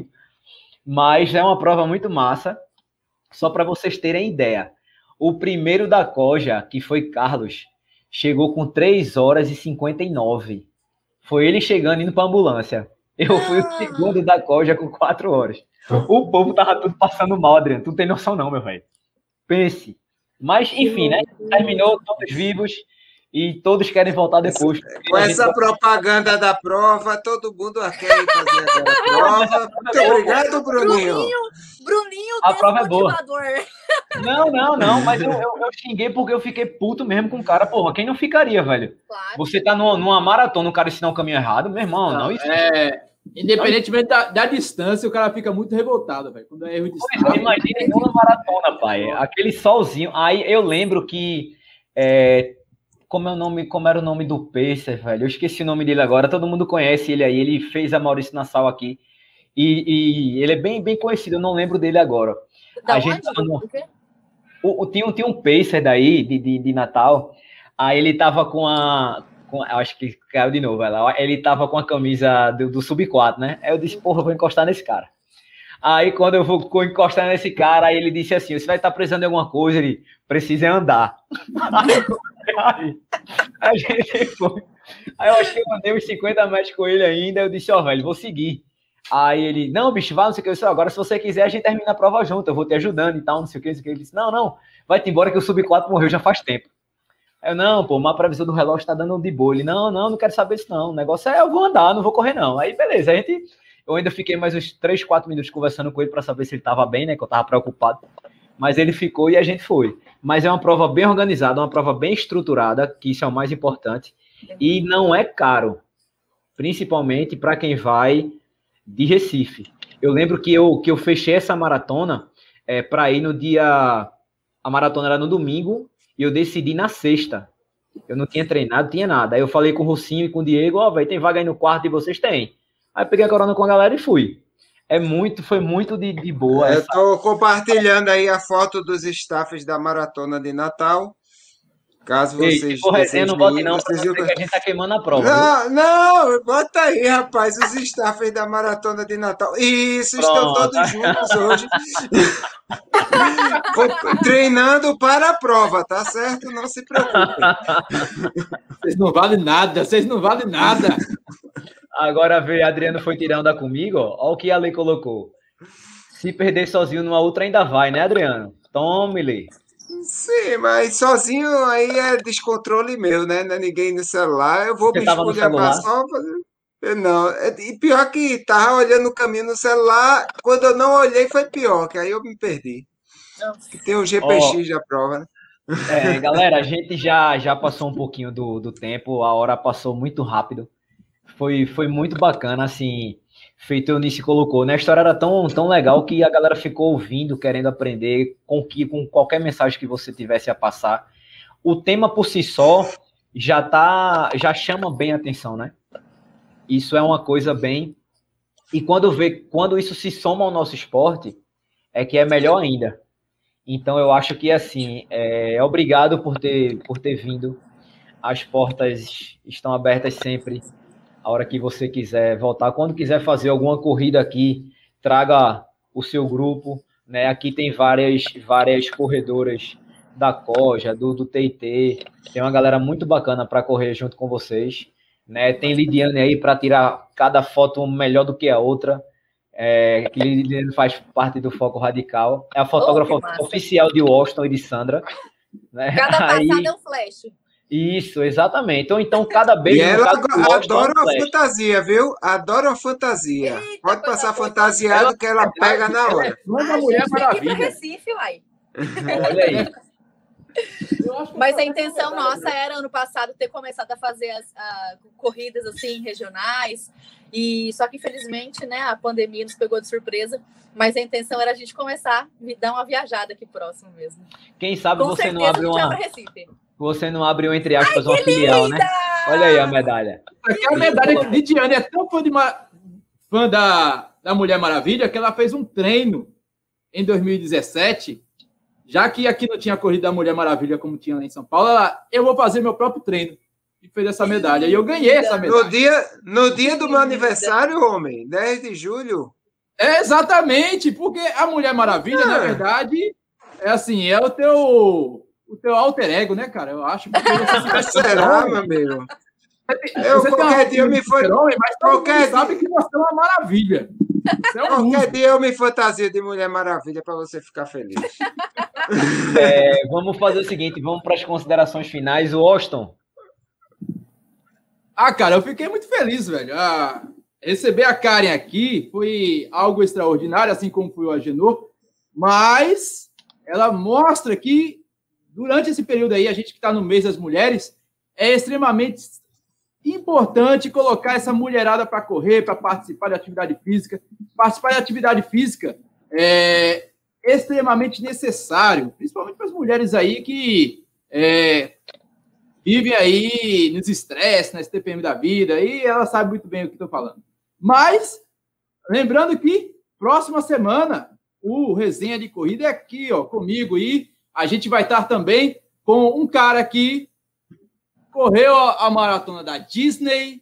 Mas é uma prova muito massa. Só para vocês terem ideia. O primeiro da Coja, que foi Carlos, chegou com três horas e cinquenta e nove. Foi ele chegando, indo pra ambulância. Eu fui o segundo da Coja com quatro horas. O povo tava tudo passando mal, Adriano. Tu não tem noção não, meu velho. Pense. Mas, enfim, né? Terminou, todos vivos. E todos querem voltar depois. Com essa gente... propaganda da prova, todo mundo quer fazer agora a prova. Muito obrigado, Bruninho. Bruninho, Bruninho a prova é boa. Não, não, não, mas eu, eu, eu xinguei porque eu fiquei puto mesmo com o cara. Porra, quem não ficaria, velho? Claro. Você tá numa, numa maratona, o cara ensinar o caminho errado, meu irmão, não, não isso. É, independentemente da, da distância, o cara fica muito revoltado, velho. Quando é erro de distância. Imagina numa maratona, pai. Aquele solzinho. Aí eu lembro que. É, Como, é o nome, como era o nome do Pacer, velho? Eu esqueci o nome dele agora. Todo mundo conhece ele aí. Ele fez a Maurício Nassau aqui. E, e ele é bem, bem conhecido. Eu não lembro dele agora. Da a onde? gente no, o, o, tinha, tinha um Pacer daí, de, de, de Natal. Aí ele tava com a... Com, acho que caiu de novo. Ela, ele tava com a camisa do, do Sub quatro, né? Aí eu disse, porra, eu vou encostar nesse cara. Aí quando eu vou encostar nesse cara, aí ele disse assim, você vai estar precisando de alguma coisa? Ele precisa andar. Aí, a gente foi. Aí eu acho que eu andei uns cinquenta metros com ele ainda. Eu disse, ó, oh, velho, vou seguir. Aí ele, não, bicho, vai, não sei o que. Eu disse, agora se você quiser, a gente termina a prova junto. Eu vou te ajudando e tal, não sei o que. Não sei o que. Ele disse, não, não, vai-te embora que o Sub quatro morreu já faz tempo. Eu, não, pô, uma previsão do relógio tá dando de boa. Ele, não, não, não quero saber isso não. O negócio é, eu vou andar, não vou correr não. Aí, beleza, a gente... Eu ainda fiquei mais uns três, quatro minutos conversando com ele para saber se ele tava bem, né, que eu tava preocupado. Mas ele ficou e a gente foi. Mas é uma prova bem organizada, uma prova bem estruturada, que isso é o mais importante. E não é caro, principalmente para quem vai de Recife. Eu lembro que eu, que eu fechei essa maratona é, para ir no dia... A maratona era no domingo e eu decidi na sexta. Eu não tinha treinado, tinha nada. Aí eu falei com o Rocinho e com o Diego, ó, oh, velho, tem vaga aí no quarto e vocês têm. Aí peguei a corona com a galera e fui. É muito, foi muito de, de boa. Eu estou essa... compartilhando aí a foto dos staffs da Maratona de Natal. Caso vocês... Ei, porra, vocês não bote não, vocês viu... que a gente tá queimando a prova. Não, viu? Não, bota aí, rapaz, os staffs da Maratona de Natal. Isso, Pronto. Estão todos juntos hoje. Treinando para a prova, tá certo? Não se preocupem. Vocês não valem nada, vocês não valem nada. Agora veio, Adriano foi tirar onda comigo, ó. Olha o que a Lei colocou. Se perder sozinho numa outra ainda vai, né, Adriano? Tome, Lei. Sim, mas sozinho aí é descontrole meu, né? Não é ninguém no celular. Eu vou Você me esculhambar só fazer... Não, e pior que tava olhando o caminho no celular, quando eu não olhei foi pior, que aí eu me perdi. Que tem o G P X oh, da prova, né? É, galera, a gente já, já passou um pouquinho do, do tempo, a hora passou muito rápido. Foi, foi muito bacana, assim, feito o Eunice colocou, né? A história era tão, tão legal que a galera ficou ouvindo, querendo aprender com, que, com qualquer mensagem que você tivesse a passar. O tema por si só já, tá, já chama bem a atenção, né? Isso é uma coisa bem... E quando, vê, quando isso se soma ao nosso esporte, é que é melhor ainda. Então, eu acho que, assim, é, obrigado por ter, por ter vindo. As portas estão abertas sempre. A hora que você quiser voltar. Quando quiser fazer alguma corrida aqui, traga o seu grupo. Né? Aqui tem várias, várias corredoras da Coja, do, do T I T. Tem uma galera muito bacana para correr junto com vocês. Né? Tem Lidiane aí para tirar cada foto melhor do que a outra. É, que Lidiane faz parte do Foco Radical. É a fotógrafa oh, oficial de Washington e de Sandra. Né? Cada passada aí... é um flash. Isso, exatamente. Então, então cada beijo... E ela adora uma fantasia, viu? Adora uma fantasia. Eita, pode passar fantasiado ela... que ela pega na hora. Manda a Mulher Maravilha. Recife, uai. Olha aí. Mas a intenção nossa era, ano passado, ter começado a fazer as a, corridas assim, regionais. E só que, infelizmente, né, a pandemia nos pegou de surpresa. Mas a intenção era a gente começar a dar uma viajada aqui próximo mesmo. Quem sabe Com você não abre uma... Recife. Você não abre, entre aspas, Ai, uma filial, linda! Né? Olha aí a medalha. Aqui é a medalha que Lidiane é tão fã, de uma, fã da, da Mulher Maravilha que ela fez um treino em dois mil e dezessete. Já que aqui não tinha corrida da Mulher Maravilha como tinha lá em São Paulo, ela, eu vou fazer meu próprio treino. E fez essa medalha. E eu ganhei essa medalha. No dia, no dia do meu aniversário, homem, dez de julho. É, exatamente, porque a Mulher Maravilha, é. na verdade, é assim, é o teu... o teu alter ego, né, cara? Eu acho que você se será, meu amigo? Eu você qualquer dia me foi... mas qualquer dia... sabe que você é uma maravilha. É um qualquer mundo. dia eu me fantasia de Mulher Maravilha para você ficar feliz. É, vamos fazer o seguinte, vamos para as considerações finais. O Austin. Ah, cara, eu fiquei muito feliz, velho. Ah, receber a Karen aqui foi algo extraordinário, assim como foi o Agenor, mas ela mostra que durante esse período aí, a gente que está no mês das mulheres, é extremamente importante colocar essa mulherada para correr, para participar de atividade física. Participar de atividade física é extremamente necessário, principalmente para as mulheres aí que é, vivem aí nos estresses, na T P M da vida, e ela sabe muito bem o que estou falando. Mas, lembrando que próxima semana, o Resenha de Corrida é aqui, ó, comigo, e a gente vai estar também com um cara que correu a maratona da Disney,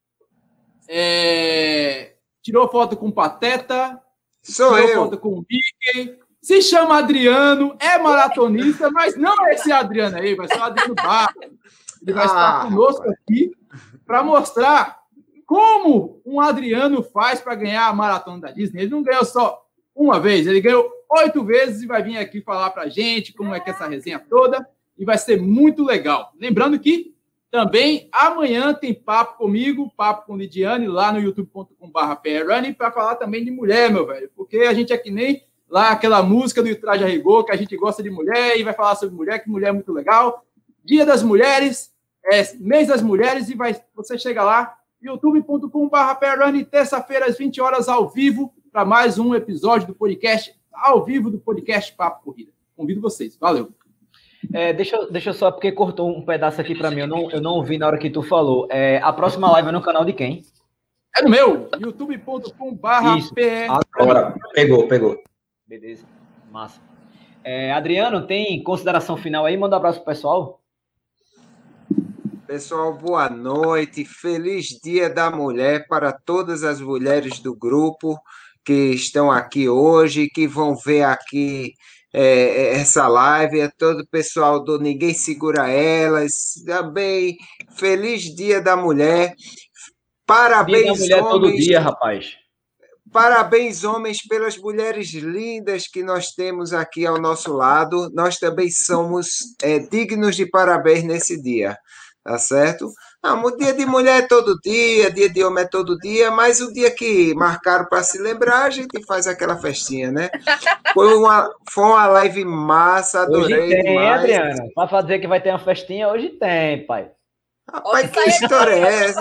é, tirou foto com o Pateta, Sou tirou eu. foto com o Mickey, se chama Adriano, é maratonista, mas não é esse Adriano aí, vai ser o Adriano Barra. Ele vai ah, estar conosco rapaz. aqui para mostrar como um Adriano faz para ganhar a maratona da Disney. Ele não ganhou só uma vez, ele ganhou oito vezes e vai vir aqui falar para a gente como é que é essa resenha toda e vai ser muito legal. Lembrando que também amanhã tem papo comigo, papo com Lidiane, lá no youtube ponto com barra prrunning, para falar também de mulher, meu velho, porque a gente é que nem lá aquela música do Traje a Rigor, que a gente gosta de mulher e vai falar sobre mulher, que mulher é muito legal. Dia das Mulheres, é mês das mulheres, e vai, você chega lá, youtube ponto com barra prrunning, terça-feira às vinte horas, ao vivo, para mais um episódio do podcast, ao vivo do podcast Papo Corrida. Convido vocês. Valeu. É, deixa, deixa eu só, porque cortou um pedaço aqui para mim, eu não, eu não ouvi na hora que tu falou. É, a próxima live é no canal de quem? É no meu, youtube ponto com barra prrunning. Agora, pegou, pegou. Beleza, massa. É, Adriano, tem consideração final aí? Manda um abraço pro pessoal. Pessoal, boa noite. Feliz Dia da Mulher para todas as mulheres do grupo que estão aqui hoje, que vão ver aqui é, essa live, é todo o pessoal do Ninguém Segura Elas, também, feliz Dia da Mulher, parabéns, Dia da mulher homens, todo dia, rapaz. Parabéns, homens, pelas mulheres lindas que nós temos aqui ao nosso lado, nós também somos é, dignos de parabéns nesse dia. tá certo? Não, o dia de mulher é todo dia, dia de homem é todo dia, mas o dia que marcaram para se lembrar, a gente faz aquela festinha, né? Foi uma, foi uma live massa, Hoje adorei tem, demais. Adriana. Pra fazer que vai ter uma festinha, hoje tem, pai. Rapaz, que história é essa?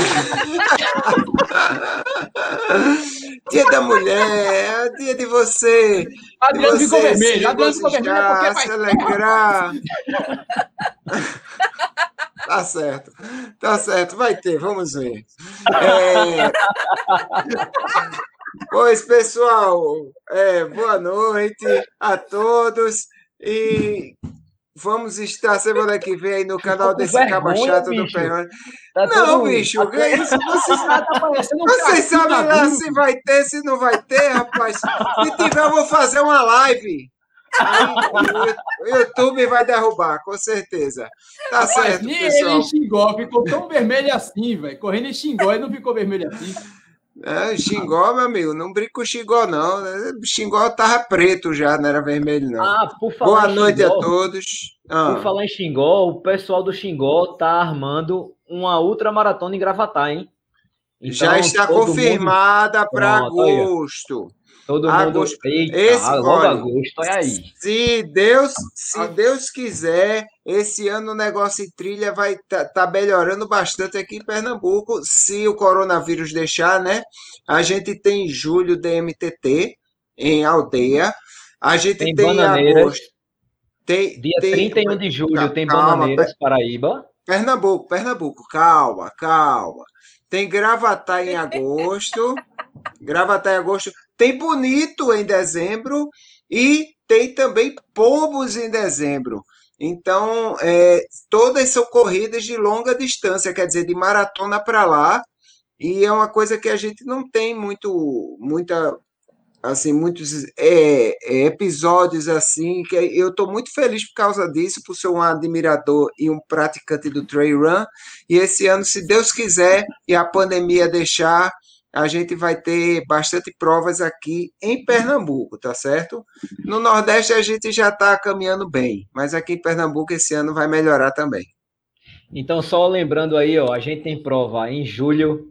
Dia da mulher, dia de você, de Adriano ficou você vermelho, se Adriano ficou vermelho porque regozijar, vai se alegrar. Tá certo, tá certo, vai ter, vamos ver. É, Pois, pessoal, é, boa noite a todos e vamos estar semana que vem aí no canal desse Caba Chato do Perrone. Tá Não, todo... bicho, o que é isso? Vocês, tá parecendo um vocês caquinho sabem lá maduro. se vai ter, se não vai ter, rapaz. Se tiver, eu vou fazer uma live. Aí o YouTube vai derrubar, com certeza. Tá Rapaz, certo, nem pessoal. ele xingou, ficou tão vermelho assim, velho. Correndo em xingou, ele não ficou vermelho assim. É, Xingó, meu amigo, não brinca com Xingó, não. Xingó tava preto já, não era vermelho, não. Ah, por falar Boa em noite Xingó, a todos. Ah, por falar em Xingó, o pessoal do Xingó tá armando uma ultramaratona em Gravatar, hein? já Então, está todo mundo... confirmada para Pronto, aí, ó. agosto. Todo mundo... Agosto. Eita, Esse, logo olha, agosto, olha aí. se Deus, se Deus quiser, esse ano o negócio em trilha vai tá, tá melhorando bastante aqui em Pernambuco, se o coronavírus deixar, né? A gente tem em julho D M T T em Aldeia. A gente Tem tem em Bananeiras. agosto. Tem, Dia tem, trinta e um de julho tem calma, Bananeiras, Paraíba. Pernambuco, Pernambuco, calma, calma. Tem Gravatá em agosto. Gravatá em agosto. Tem Bonito em dezembro. E tem também Pombos em dezembro. Então, é, todas são corridas de longa distância, quer dizer, de maratona para lá. E é uma coisa que a gente não tem muito, muita, assim, muitos é, é, episódios assim, que eu estou muito feliz por causa disso, por ser um admirador e um praticante do trail run, e esse ano, se Deus quiser, e a pandemia deixar, a gente vai ter bastante provas aqui em Pernambuco, tá certo? No Nordeste a gente já está caminhando bem, mas aqui em Pernambuco esse ano vai melhorar também. Então, só lembrando aí, ó, a gente tem prova em julho,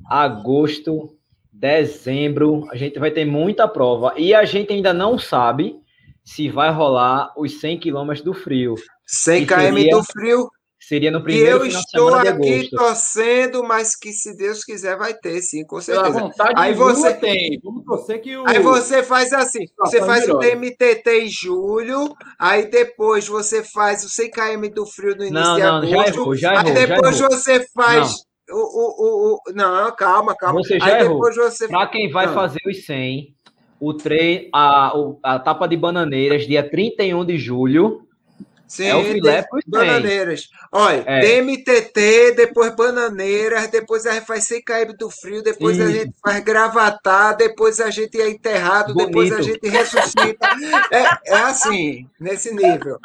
agosto, dezembro, a gente vai ter muita prova. E a gente ainda não sabe se vai rolar os cem quilômetros do frio. cem quilômetros do frio. Seria no E primeiro eu final de estou semana de aqui agosto. torcendo, mas que se Deus quiser vai ter, sim, com certeza. Pela vontade Aí de você Lula tem. Vamos torcer que o... Aí você faz assim, você faz o melhora. D M T T em julho, aí depois você faz o cem quilômetros do frio no início Não, de não, já agosto, errou, já aí errou, já depois errou. você faz Não. o, o, o, o... Não, calma, calma. Você já aí errou. depois você... Para quem vai Ah. fazer os cem, o tre... a, o- a etapa de Bananeiras, dia trinta e um de julho, Sim, é o filé de- pros cem. Bananeiras. Olha, É. D M T T, depois Bananeiras, depois a gente faz cem quilômetros do frio, depois a Isso. gente faz Gravatar, depois a gente é enterrado, depois a Bonito. gente ressuscita. É, é assim, nesse nível.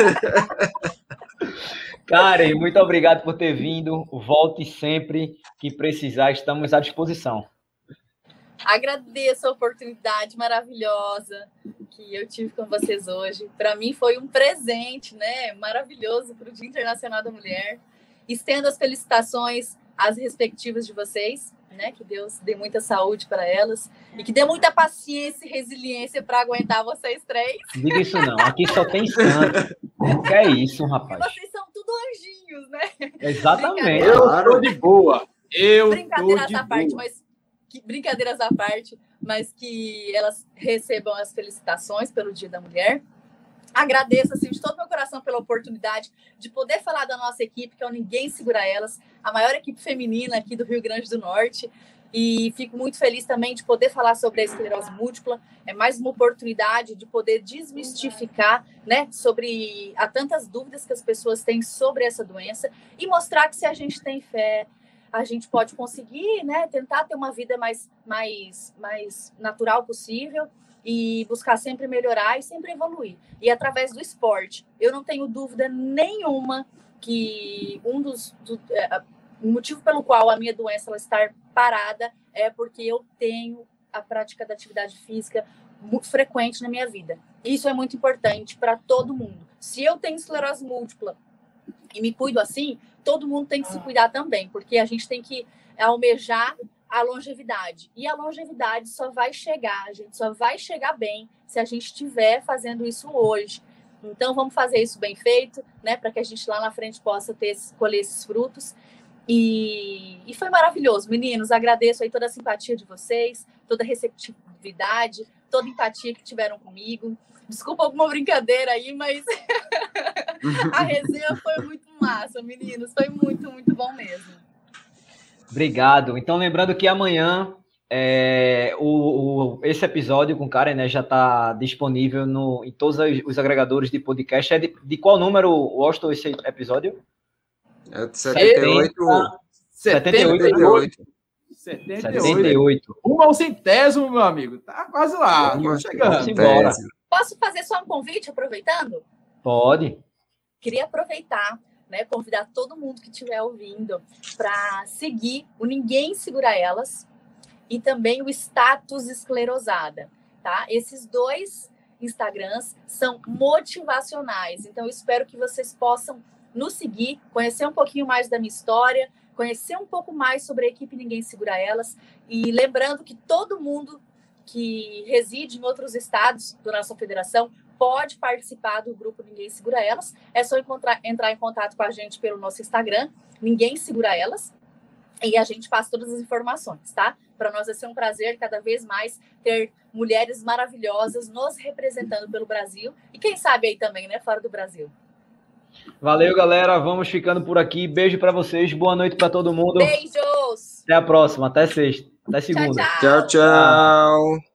Karen, muito obrigado por ter vindo. Volte sempre que precisar, estamos à disposição. Agradeço a oportunidade maravilhosa que eu tive com vocês hoje. Para mim foi um presente, né? Maravilhoso para o Dia Internacional da Mulher. Estendo as felicitações às respectivas de vocês, né? Que Deus dê muita saúde para elas e que dê muita paciência e resiliência para aguentar vocês três. Diga isso não, aqui só tem santo. Que é isso, E rapaz? vocês são tudo anjinhos, né? Exatamente. Eu estou de boa. Eu estou Brincadeiras de à parte, boa. mas que, brincadeiras à parte, mas que elas recebam as felicitações pelo Dia da Mulher. Agradeço assim, de todo meu coração pela oportunidade de poder falar da nossa equipe, que é o Ninguém Segura Elas, a maior equipe feminina aqui do Rio Grande do Norte. E fico muito feliz também de poder falar sobre a esclerose múltipla. É mais uma oportunidade de poder desmistificar, né, sobre há tantas dúvidas que as pessoas têm sobre essa doença e mostrar que se a gente tem fé, a gente pode conseguir, né, tentar ter uma vida mais, mais, mais natural possível e buscar sempre melhorar e sempre evoluir. E através do esporte, eu não tenho dúvida nenhuma que um dos... Do, é, o motivo pelo qual a minha doença ela estar parada é porque eu tenho a prática da atividade física muito frequente na minha vida. Isso é muito importante para todo mundo. Se eu tenho esclerose múltipla e me cuido assim, todo mundo tem que se cuidar também, porque a gente tem que almejar a longevidade. E a longevidade só vai chegar, a gente só vai chegar bem se a gente estiver fazendo isso hoje. Então, vamos fazer isso bem feito, né, para que a gente lá na frente possa ter, colher esses frutos. E, e foi maravilhoso, meninos. Agradeço aí toda a simpatia de vocês, toda a receptividade, toda a empatia que tiveram comigo. Desculpa alguma brincadeira aí, mas a resenha foi muito massa, meninos. Foi muito, muito bom mesmo. Obrigado. Então, lembrando que amanhã é, o, o, esse episódio com Karen, né, já está disponível no, em todos os agregadores de podcast. É de, de qual número, Washington, esse episódio? É de setenta e oito. setenta e oito. setenta e oito. Um ao centésimo, meu amigo. Tá quase lá. Vamos chegando. Embora. Posso fazer só um convite, aproveitando? Pode. Queria aproveitar, né, convidar todo mundo que estiver ouvindo para seguir o Ninguém Segura Elas e também o Status Esclerosada, tá? Esses dois Instagrams são motivacionais, então eu espero que vocês possam nos seguir, conhecer um pouquinho mais da minha história, conhecer um pouco mais sobre a equipe Ninguém Segura Elas, e lembrando que todo mundo que reside em outros estados da nossa federação pode participar do grupo Ninguém Segura Elas. É só encontrar, entrar em contato com a gente pelo nosso Instagram, Ninguém Segura Elas, e a gente passa todas as informações, tá? Para nós vai ser um prazer cada vez mais ter mulheres maravilhosas nos representando pelo Brasil e quem sabe aí também, né, fora do Brasil. Valeu, galera. Vamos ficando por aqui. Beijo para vocês. Boa noite para todo mundo. Beijos! Até a próxima. Até sexta. Até segunda. Tchau, tchau. Tchau, tchau.